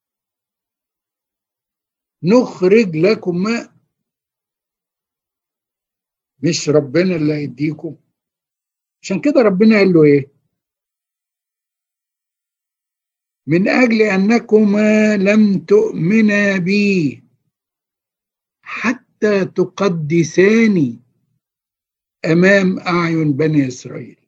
نخرج لكم ماء. مش ربنا اللي هيديكم؟ عشان كده ربنا قال له ايه؟ من أجل أنكما لم تؤمنا بي حتى تقدساني أمام أعين بني إسرائيل.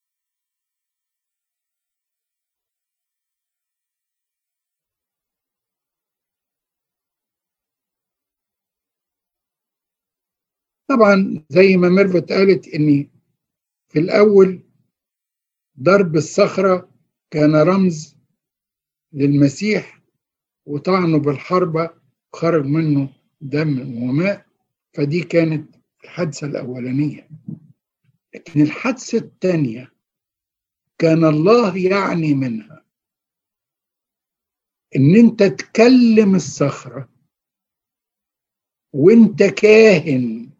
طبعا زي ما ميرفت قالت إني في الأول ضرب الصخرة كان رمز للمسيح، وطعنه بالحربة خرج منه دم وماء، فدي كانت الحادثة الأولانية. لكن الحادثة الثانية كان الله يعني منها إن أنت تكلم الصخرة وأنت كاهن،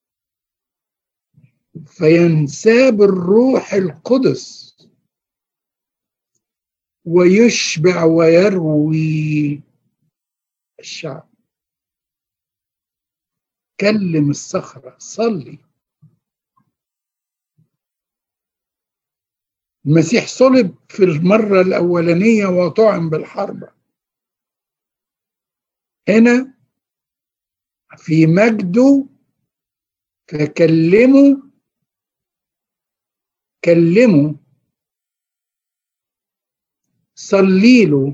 فينساب الروح القدس ويشبع ويروي الشعب. كلم الصخرة، صلي. المسيح صلب في المرة الأولانية وطعن بالحربة. هنا في مجده فكلموا كلموا صلي له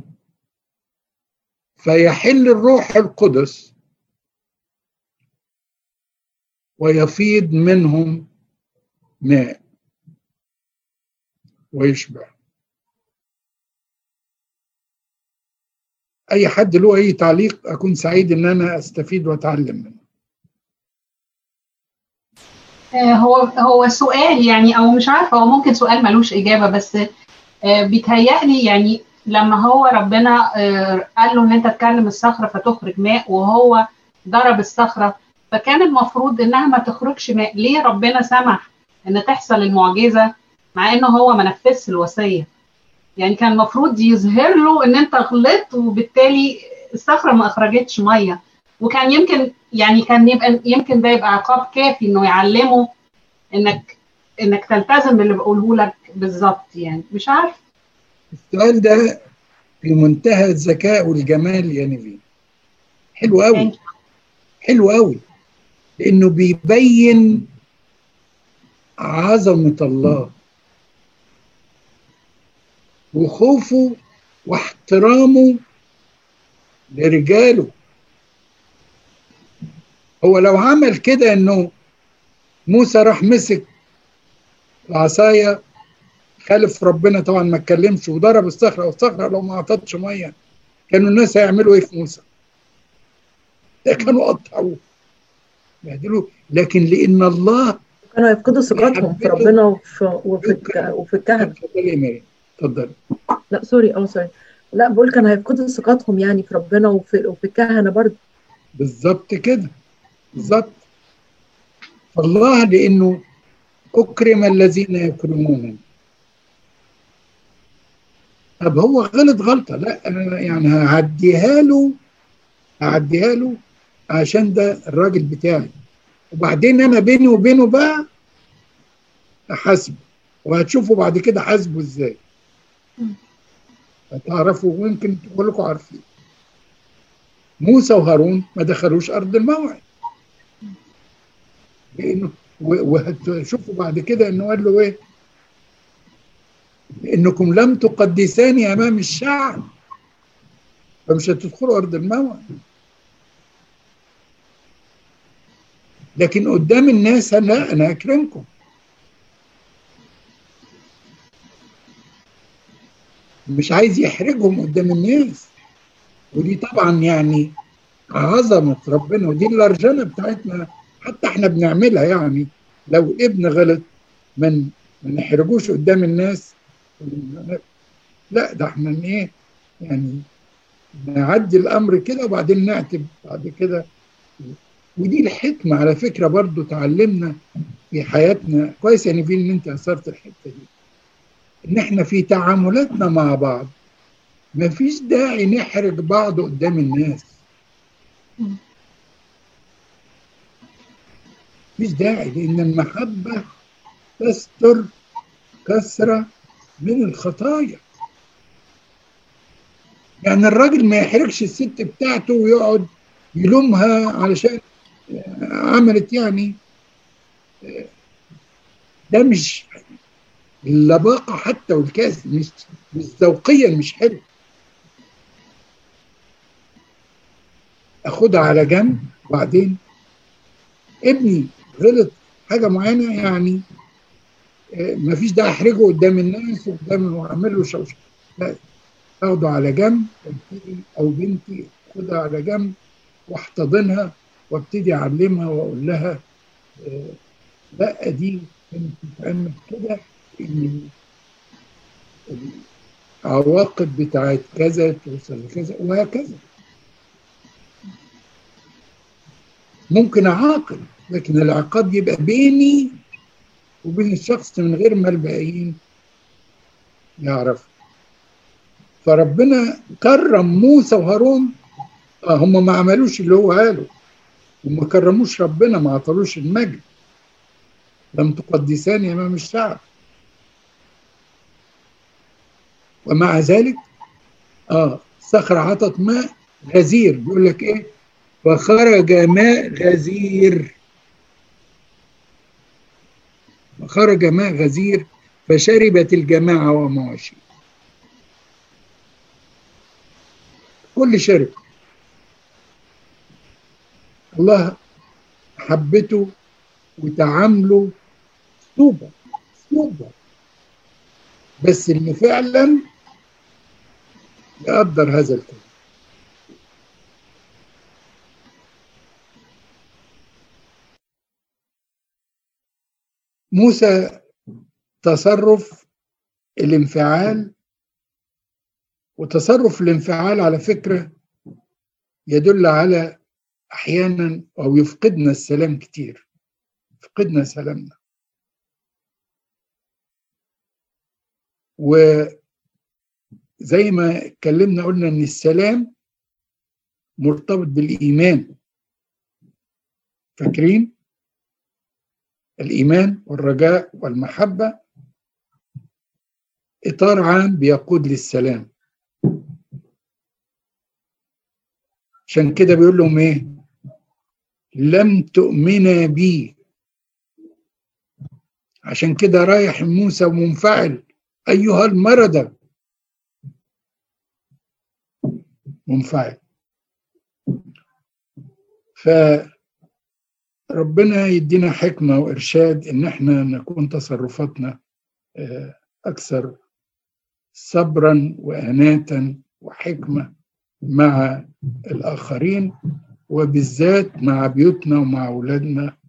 فيحل الروح القدس ويفيض منهم ماء ويشبع. أي حد له أي تعليق أكون سعيد إن أنا أستفيد وأتعلم منه. هو هو سؤال يعني، او مش عارفه، هو ممكن سؤال ملوش اجابه، بس بيتهيألي يعني لما هو ربنا قال له ان انت تكلم الصخره فتخرج ماء، وهو ضرب الصخره، فكان المفروض انها ما تخرجش ماء. ليه ربنا سمح ان تحصل المعجزه مع انه هو ما نفذش الوصيه؟ يعني كان المفروض يظهر له ان انت غلطت وبالتالي الصخره ما اخرجتش ميه، وكان يمكن يعني كان يبقى يمكن ده يبقى عقاب كافي انه يعلمه انك انك تلتزم باللي بقوله لك بالظبط. يعني مش عارف. السؤال ده في منتهى الذكاء والجمال يا نيفين. حلو قوي، حلو قوي، لانه بيبين عظمة الله وخوفه واحترامه لرجاله. هو لو عمل كده انه موسى راح مسك العصايه خالف ربنا طبعا ما اتكلمش وضرب الصخره، والصخره لو ما عطتش ميه كانوا الناس هيعملوا ايه في موسى؟ ده كانوا قطعوه بهدلوه. لكن لان الله كانوا يفقدوا ثقتهم في ربنا وفي وفي, وفي الكهنه. اتفضلي يا مريم، اتفضلي. لا سوري اه سوري لا بقول كانوا هيفقدوا ثقتهم يعني في ربنا وفي وفي الكهنه برضه. بالظبط كده، بالظبط. فالله لانه اكرم الذين يكرمونه. طب هو غلط غلطه، لا انا يعني هعديها له هعديها له عشان ده الراجل بتاعي، وبعدين انا بيني وبينه بقى احاسبه، وهتشوفوا بعد كده حاسبه ازاي، هتعرفوا ويمكن كلكم عارفين. موسى وهارون ما دخلوش ارض الموعد، لانه وهتشوفوا بعد كده انه قال له ايه؟ انكم لم تقدساني امام الشعب فمش هتدخلوا ارض الموعد. لكن قدام الناس لا، انا اكرمكم. مش عايز يحرجهم قدام الناس، ودي طبعا يعني عظمه ربنا، ودي الارجنه بتاعتنا حتى احنا بنعملها. يعني لو ابن غلط من ما نحرجوش قدام الناس، لا ده احنا ايه يعني نعدي الامر كده وبعدين نعتب بعد كده. ودي الحكمه على فكره برضو تعلمنا في حياتنا. كويس يعني في ان انت اثرت الحته دي، ان احنا في تعاملاتنا مع بعض ما فيش داعي نحرج بعض قدام الناس، مفيش داعي، لان المحبه تستر كثره من الخطايا. يعني الراجل ما يحرجش الست بتاعته ويقعد يلومها علشان عملت، يعني ده مش اللباقة حتى والكاس، مش مش ذوقيا مش حلو. اخدها على جنب وبعدين ابني غلط حاجة معينة، يعني ما فيش داعي احرجه قدام الناس وقدام واعمل له شوشة، لا، اخده على جنب او بنتي اخدها على جنب واحتضنها وابتدي اعلمها واقول لها آه لا دي كانت بتتعمل كده، ان العواقب بتاعت كذا توصل لكذا وهكذا. ممكن اعاقب، لكن العقاب يبقى بيني وبين الشخص من غير ما الباقيين يعرفوا. فربنا كرم موسى وهارون، آه هم ما عملوش اللي هو قاله، وما كرموش ربنا، ما عطلوش المجد. لم تقدساني امام الشعب. ومع ذلك اه الصخرة عطت ماء غزير. بيقول لك ايه؟ فخرج ماء غزير، فخرج ماء غزير فشربت الجماعة ومواشي. كل شرب. الله حبته وتعامله اسلوبه اسلوبه بس اللي فعلا يقدر هذا الكلام. موسى تصرف الانفعال، وتصرف الانفعال على فكرة يدل على أحيانا أو يفقدنا السلام كتير، يفقدنا سلامنا. وزي ما اتكلمنا قلنا إن السلام مرتبط بالإيمان. فاكرين؟ الإيمان والرجاء والمحبة إطار عام بيقود للسلام. عشان كده بيقول لهم إيه؟ لم تؤمنا بي. عشان كده رايح موسى ومنفعل، أيها المردة، منفعل. فربنا يدينا حكمة وإرشاد إن احنا نكون تصرفاتنا أكثر صبرا وأناة وحكمة مع الآخرين، وبالذات مع بيوتنا ومع أولادنا.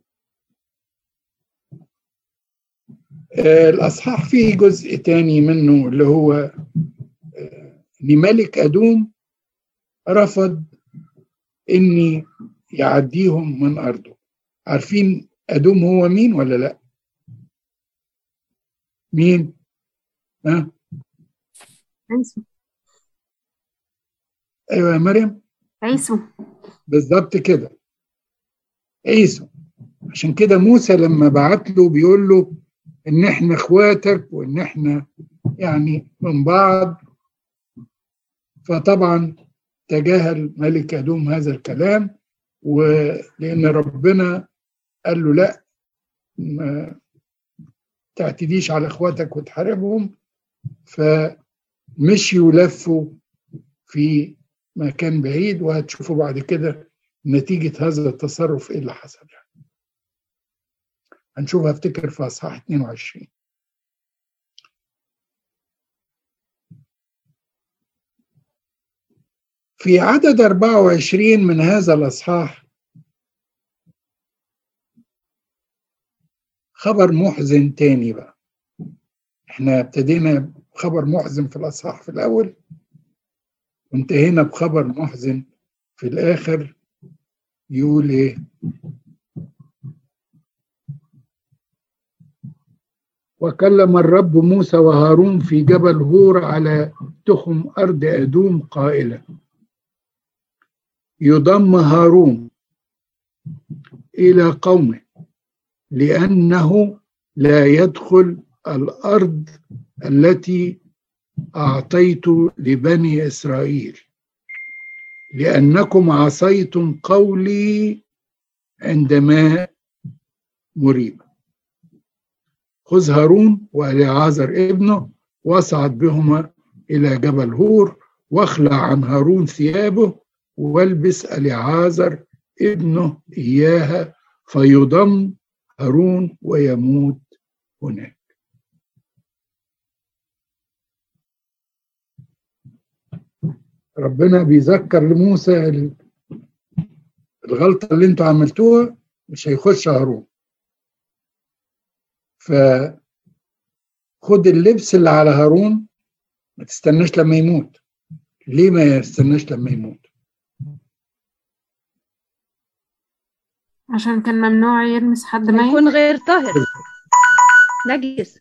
الأصحاح فيه جزء تاني منه اللي هو إن ملك أدوم رفض إني يعديهم من أرضه. عارفين أدوم هو مين ولا لأ؟ مين؟ ها؟ عيسو. أيوة يا مريم. عيسو بالضبط كده، عيسو. عشان كده موسى لما بعت له بيقول له إن إحنا إخواتك وإن إحنا يعني من بعض. فطبعا تجاهل ملك أدوم هذا الكلام، ولأن ربنا قال له لا، ما تعتديش على إخواتك وتحاربهم. فمشيوا ولفوا في مكان بعيد، وهتشوفوا بعد كده نتيجة هذا التصرف إيه اللي حصل. هنشوفها افتكر في أصحاح اثنين وعشرين. في عدد أربعة وعشرين من هذا الأصحاح خبر محزن تاني بقى. احنا ابتدينا بخبر محزن في الأصحاح في الأول، وانتهينا بخبر محزن في الآخر. يقول ايه؟ وكلم الرب موسى وهارون في جبل هور على تخم أرض أدوم قائلا: يضم هارون إلى قومه، لأنه لا يدخل الأرض التي أعطيت لبني إسرائيل، لأنكم عصيتم قولي عندما مريب. خذ هارون وإليعازر ابنه واصعد بهما إلى جبل هور، واخلع عن هارون ثيابه، والبس إليعازر ابنه إياها، فيضم هارون ويموت هناك. ربنا بيذكر لموسى الغلطة اللي انتوا عملتوها، مش هيخش هارون. فخد اللبس اللي على هارون، ما تستناش لما يموت. ليه ما يستناش لما يموت؟ عشان كان ممنوع يلمس حد ميت، يكون غير طاهر نجس.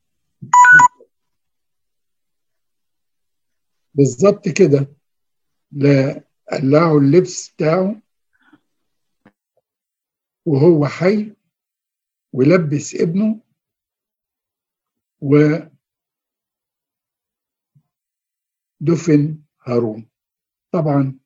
بالظبط كده. لا قلعوا اللبس بتاعه وهو حي، ولبس ابنه ودفن هارون. طبعا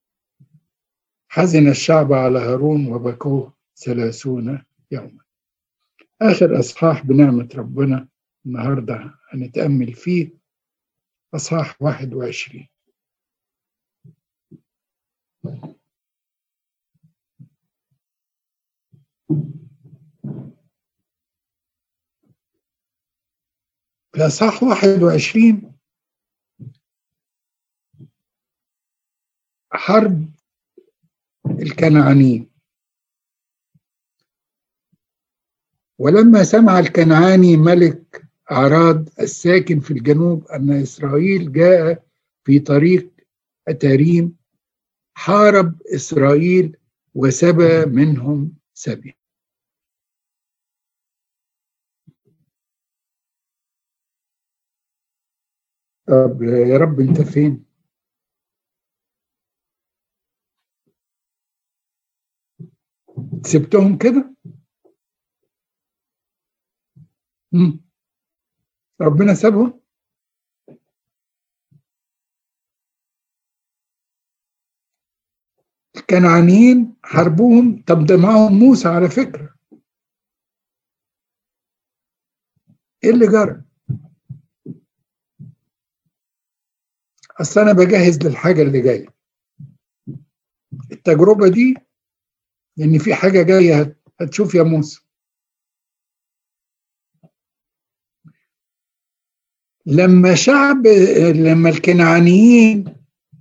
حزن الشعب على هارون وبكوه ثلاثون يوما. آخر أصحاح بنعمة ربنا النهاردة هنتأمل فيه أصحاح واحد وعشرين. في أصحاح واحد وعشرين حرب الكنعانيين. ولما سمع الكنعاني ملك عراد الساكن في الجنوب أن إسرائيل جاء في طريق أتاريم، حارب إسرائيل وسبى منهم سبي. طب يا رب انت فين؟ سبتهم كده؟ مم. ربنا سابهم؟ الكنعانيين حاربوهم. طب ده معهم موسى على فكرة. ايه اللي جرى؟ اصل انا بجهز للحاجة اللي جاية. التجربة دي ان في حاجة جاية هتشوف يا موسى. لما شعب لما الكنعانيين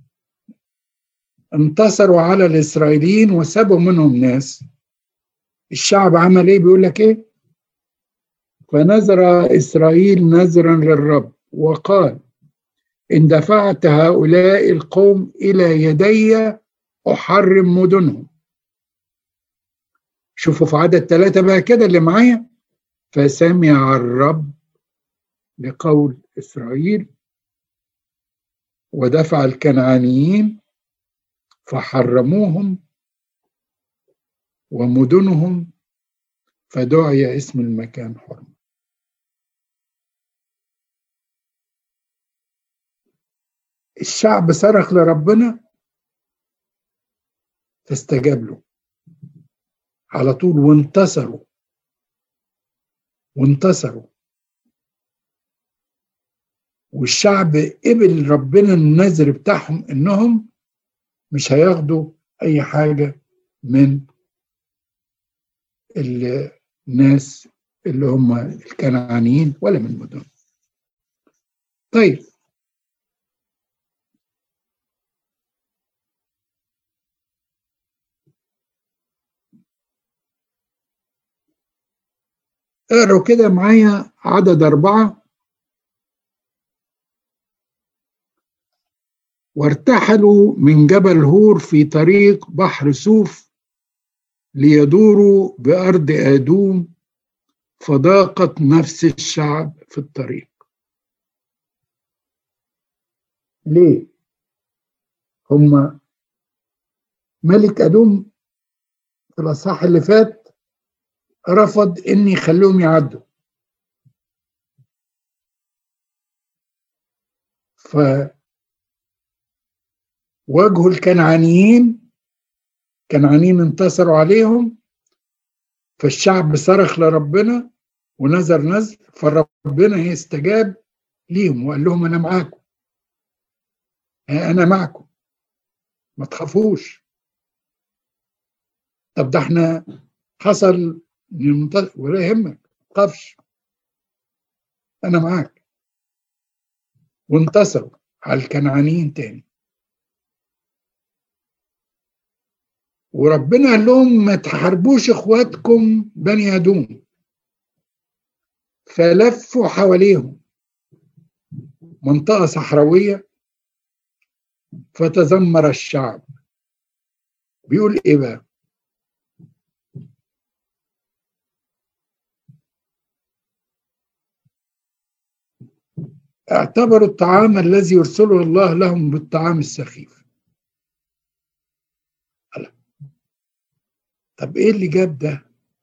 انتصروا على الإسرائيليين وسابوا منهم ناس، الشعب عمل ايه؟ بيقول لك ايه؟ فنذر إسرائيل نذرا للرب وقال إن دفعت هؤلاء القوم إلى يدي أحرم مدنهم. شوفوا في عدد ثلاثة بقى كده اللي معايا. فسمع الرب لقول إسرائيل ودفع الكنعانيين فحرموهم ومدنهم، فدعي اسم المكان حرم. الشعب صرخ لربنا فاستجاب له على طول، وانتصروا وانتصروا والشعب قبل ربنا النذر بتاعهم انهم مش هياخدوا اي حاجة من الناس اللي هم الكنعانيين ولا من مدن. طيب اقروا كده معايا عدد أربعة. وارتحلوا من جبل هور في طريق بحر سوف ليدوروا بأرض آدوم، فضاقت نفس الشعب في الطريق. ليه؟ هم ملك آدوم في الأصحاح اللي فات رفض إن يخلوهم يعدوا، فواجهوا الكنعانيين، الكنعانيين انتصروا عليهم، فالشعب صرخ لربنا ونذر نذر، فربنا يستجاب ليهم وقال لهم أنا معاكم، أنا معكم ما تخافوش. طب ده احنا حصل ولا يهمك ما تخافش أنا معاك. وانتصروا على الكنعانيين تاني، وربنا قال لهم ما تحاربوش اخواتكم بني آدوم، فلفوا حواليهم منطقة صحراوية فتذمر الشعب. بيقول ايه بقى؟ اعتبروا الطعام الذي يرسله الله لهم بالطعام السخيف. طب ايه اللي جاب ده؟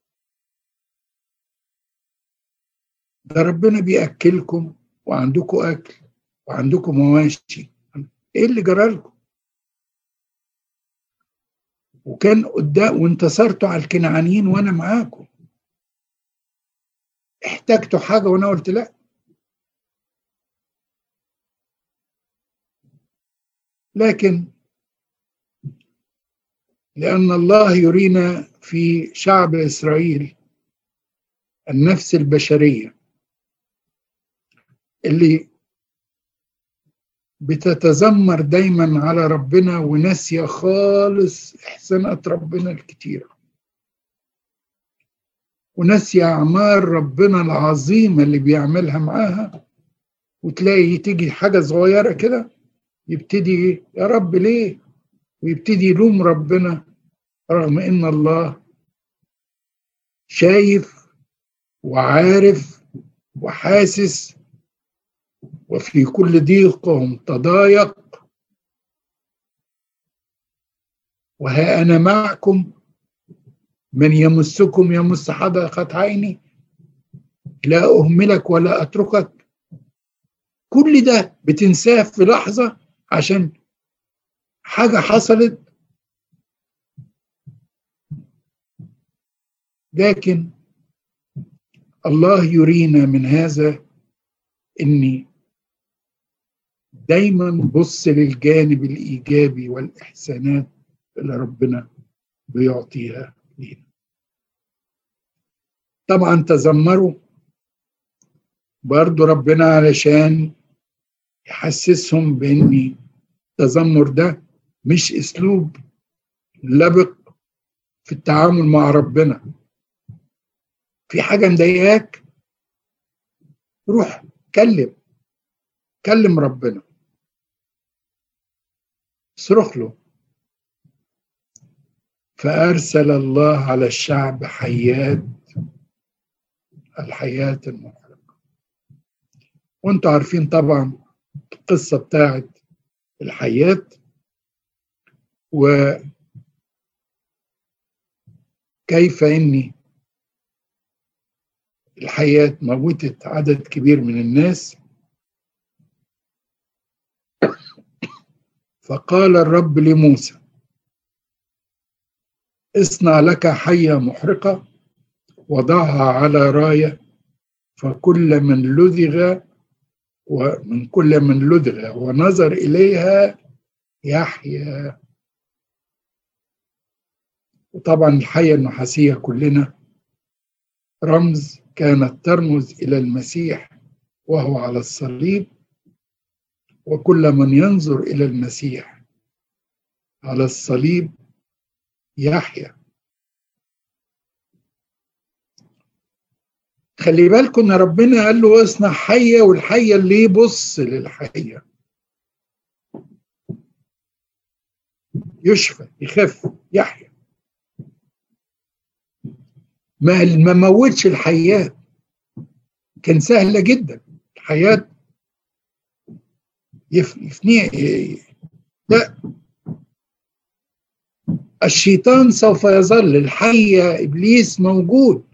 ده ربنا بيأكلكم وعندكم أكل وعندكم مواشي، ايه اللي جرالكم؟ وكان قدام وانتصرتوا على الكنعانيين وانا معاكم، احتاجتوا حاجة وانا قلت لا. لكن لأن الله يرينا في شعب إسرائيل النفس البشرية اللي بتتذمر دايما على ربنا وناسية خالص إحسانات ربنا الكتيرة، وناسية أعمال ربنا العظيمة اللي بيعملها معاها، وتلاقي تيجي حاجة صغيرة كده يبتدي يا رب ليه، ويبتدي يلوم ربنا، رغم إن الله شايف وعارف وحاسس، وفي كل ضيقهم تضايق، وها أنا معكم، من يمسكم يمس حدقة عيني، لا أهملك ولا أتركك. كل ده بتنساه في لحظة عشان حاجة حصلت. لكن الله يرينا من هذا إني دايما بص للجانب الإيجابي والإحسانات اللي ربنا بيعطيها لنا. طبعا تذمروا برضو ربنا علشان يحسسهم بإن التذمر ده مش أسلوب لبق في التعامل مع ربنا. في حاجة مضايقاك روح كلم كلم ربنا، صرخ له. فأرسل الله على الشعب حيات، الحيات المحرقة. وانتوا عارفين طبعا القصة بتاعت الحيات، وكيف إني الحيات موتت عدد كبير من الناس. فقال الرب لموسى اصنع لك حية محرقة وضعها على راية، فكل من لدغ ومن كل من لدغ ونظر إليها يحيى. وطبعا الحية النحاسية كلنا رمز، كانت ترمز إلى المسيح وهو على الصليب، وكل من ينظر إلى المسيح على الصليب يحيى. خلي بالكم ان ربنا قال له اصنع حية، والحية اللي يبص للحية يشفى يخف يحيى. ما ما موتش الحيات، كان سهلة جدا الحياة يفنيه. لا، الشيطان سوف يظل، الحية إبليس موجود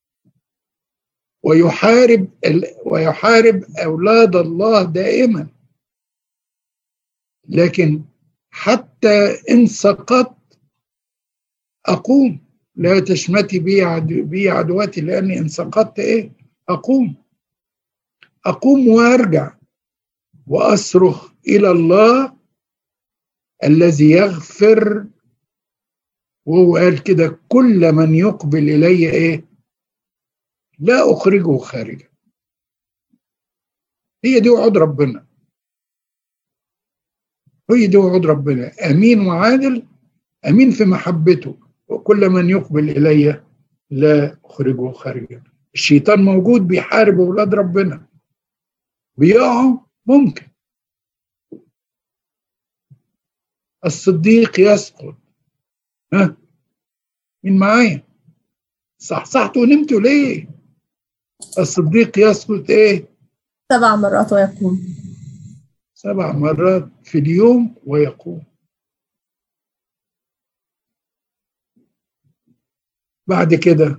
ويحارب ويحارب أولاد الله دائما. لكن حتى إن سقطت أقوم، لا تشمتي بي عدو بي عدواتي، لأني إن سقطت إيه أقوم أقوم وأرجع وأصرخ إلى الله الذي يغفر. وهو قال كده كل من يقبل إلي إيه لا أخرجه خارجا. هي دي وعود ربنا، هي دي وعود ربنا، أمين وعادل، أمين في محبته، وكل من يقبل إلي لا أخرجه خارجا. الشيطان موجود بيحارب أولاد ربنا، بيقعوا ممكن، الصديق يسقط. ها مين معايا؟ صحصحتوا ونمتوا ليه؟ الصديق يسقط ايه؟ سبع مرات ويقوم. سبع مرات في اليوم ويقوم. بعد كده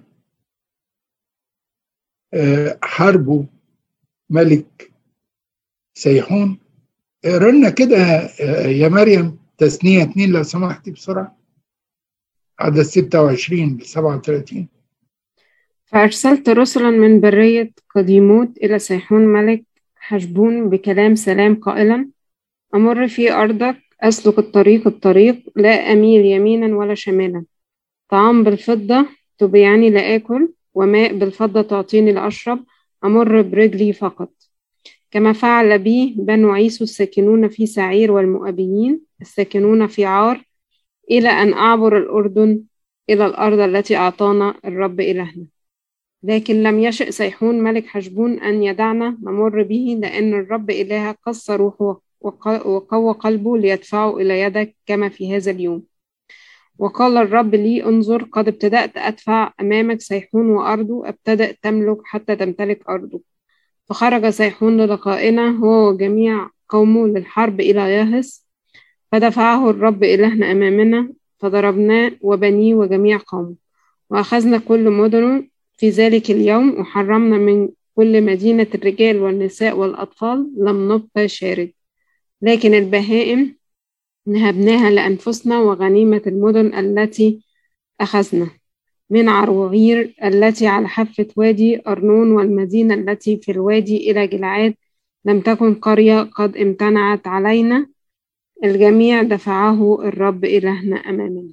حاربوا ملك سيحون. قرنا كده يا مريم تثنية اتنين لو سمحتي بسرعة، عدد ستة وعشرين ل سبعة وثلاثين. فأرسلت رسلا من برية قديموت إلى سيحون ملك حشبون بكلام سلام قائلا: أمر في أرضك، أسلك الطريق الطريق، لا أميل يمينا ولا شمالا. طعام بالفضة تبيعني لآكل، وماء بالفضة تعطيني لأشرب. أمر برجلي فقط، كما فعل بي بنو عيسو الساكنون في سعير والمؤبيين الساكنون في عار، إلى أن أعبر الأردن إلى الأرض التي أعطانا الرب إلهنا. لكن لم يشئ سيحون ملك حشبون أن يدعنا نمر به، لأن الرب إله قص روحه وقوى قلبه ليدفعه إلى يدك كما في هذا اليوم. وقال الرب لي: انظر، قد ابتدأت أدفع أمامك سيحون وأرضه، ابتدأ تملك حتى تمتلك أرضه. فخرج سيحون للقائنا هو وجميع قومه للحرب إلى ياهس، فدفعه الرب إلهنا أمامنا، فضربناه وبنيه وجميع قومه، وأخذنا كل مدنه في ذلك اليوم، وحرمنا من كل مدينة الرجال والنساء والأطفال، لم نبقى شارد. لكن البهائم نهبناها لأنفسنا، وغنيمة المدن التي أخذنا من عروغير التي على حافة وادي أرنون والمدينة التي في الوادي إلى جلعاد، لم تكن قرية قد امتنعت علينا. الجميع دفعه الرب إلهنا أمامنا.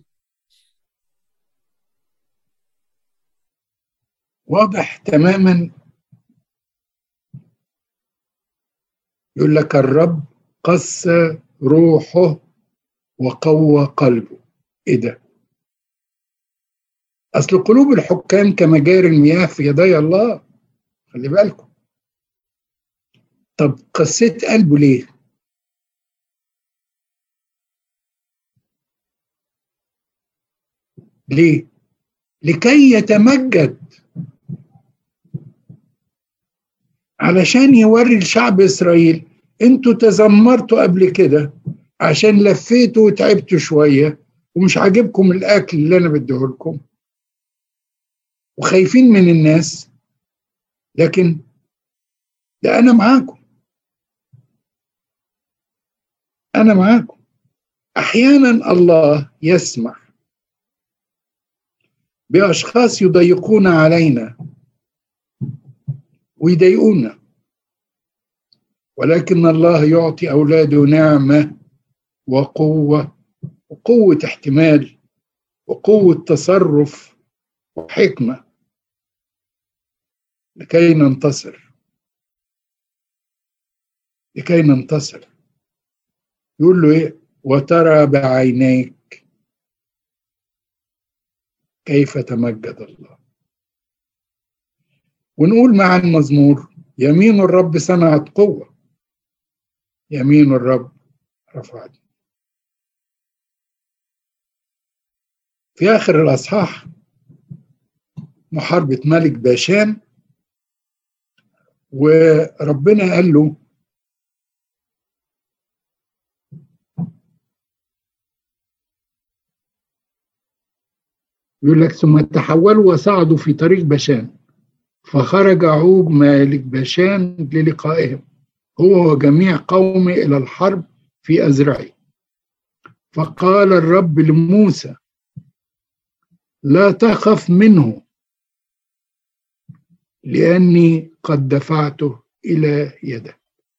واضح تماما، يقول لك الرب قص روحه وقوى قلبه. ايه ده؟ اصل قلوب الحكام كمجاري المياه في يدي الله، خلي بالكم. طب قسيت قلبه ليه؟ ليه؟ لكي يتمجد، علشان يوري لشعب إسرائيل انتوا تذمرتوا قبل كده عشان لفيتوا وتعبتوا شوية ومش عاجبكم الأكل اللي أنا بديه لكم وخايفين من الناس، لكن ده أنا معاكم، أنا معاكم. أحيانا الله يسمح بأشخاص يضيقون علينا ويضايقونا، ولكن الله يعطي أولاده نعمة وقوة وقوة احتمال وقوة تصرف وحكمة لكي ننتصر، لكي ننتصر. يقول له إيه؟ وترى بعينيك كيف تمجد الله. ونقول مع المزمور: يمين الرب صنعت قوة، يمين الرب رفعتني. في آخر الأصحاح محاربة ملك باشان، وربنا قال له يقول لك: ثم تحولوا وصعدوا في طريق باشان، فخرج عوج ملك باشان للقائهم هو وجميع قومه إلى الحرب في أزرعي. فقال الرب لموسى: لا تخف منه، لأني قد دفعته إلى يدك،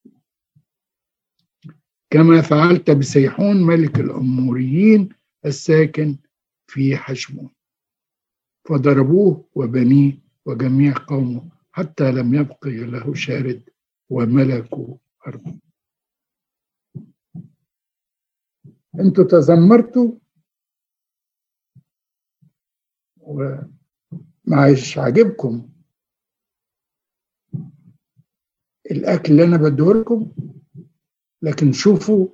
كما فعلت بسيحون ملك الأموريين الساكن في حشمون. فضربوه وبنيه وجميع قومه حتى لم يبقي له شارد، وملكوا أرضه. انتوا تذمرتوا ومعش عاجبكم الأكل اللي أنا بديه لكم، لكن شوفوا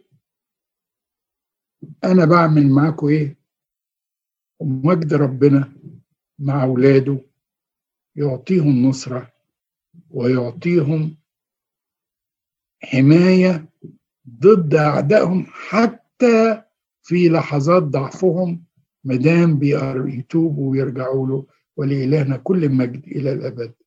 أنا بعمل معاكم إيه. ومجد ربنا مع أولاده يعطيهم نصرة ويعطيهم حماية ضد أعدائهم، حتى في لحظات ضعفهم مدام بيتوبوا ويرجعوا له، ولإلهنا كل مجد إلى الأبد.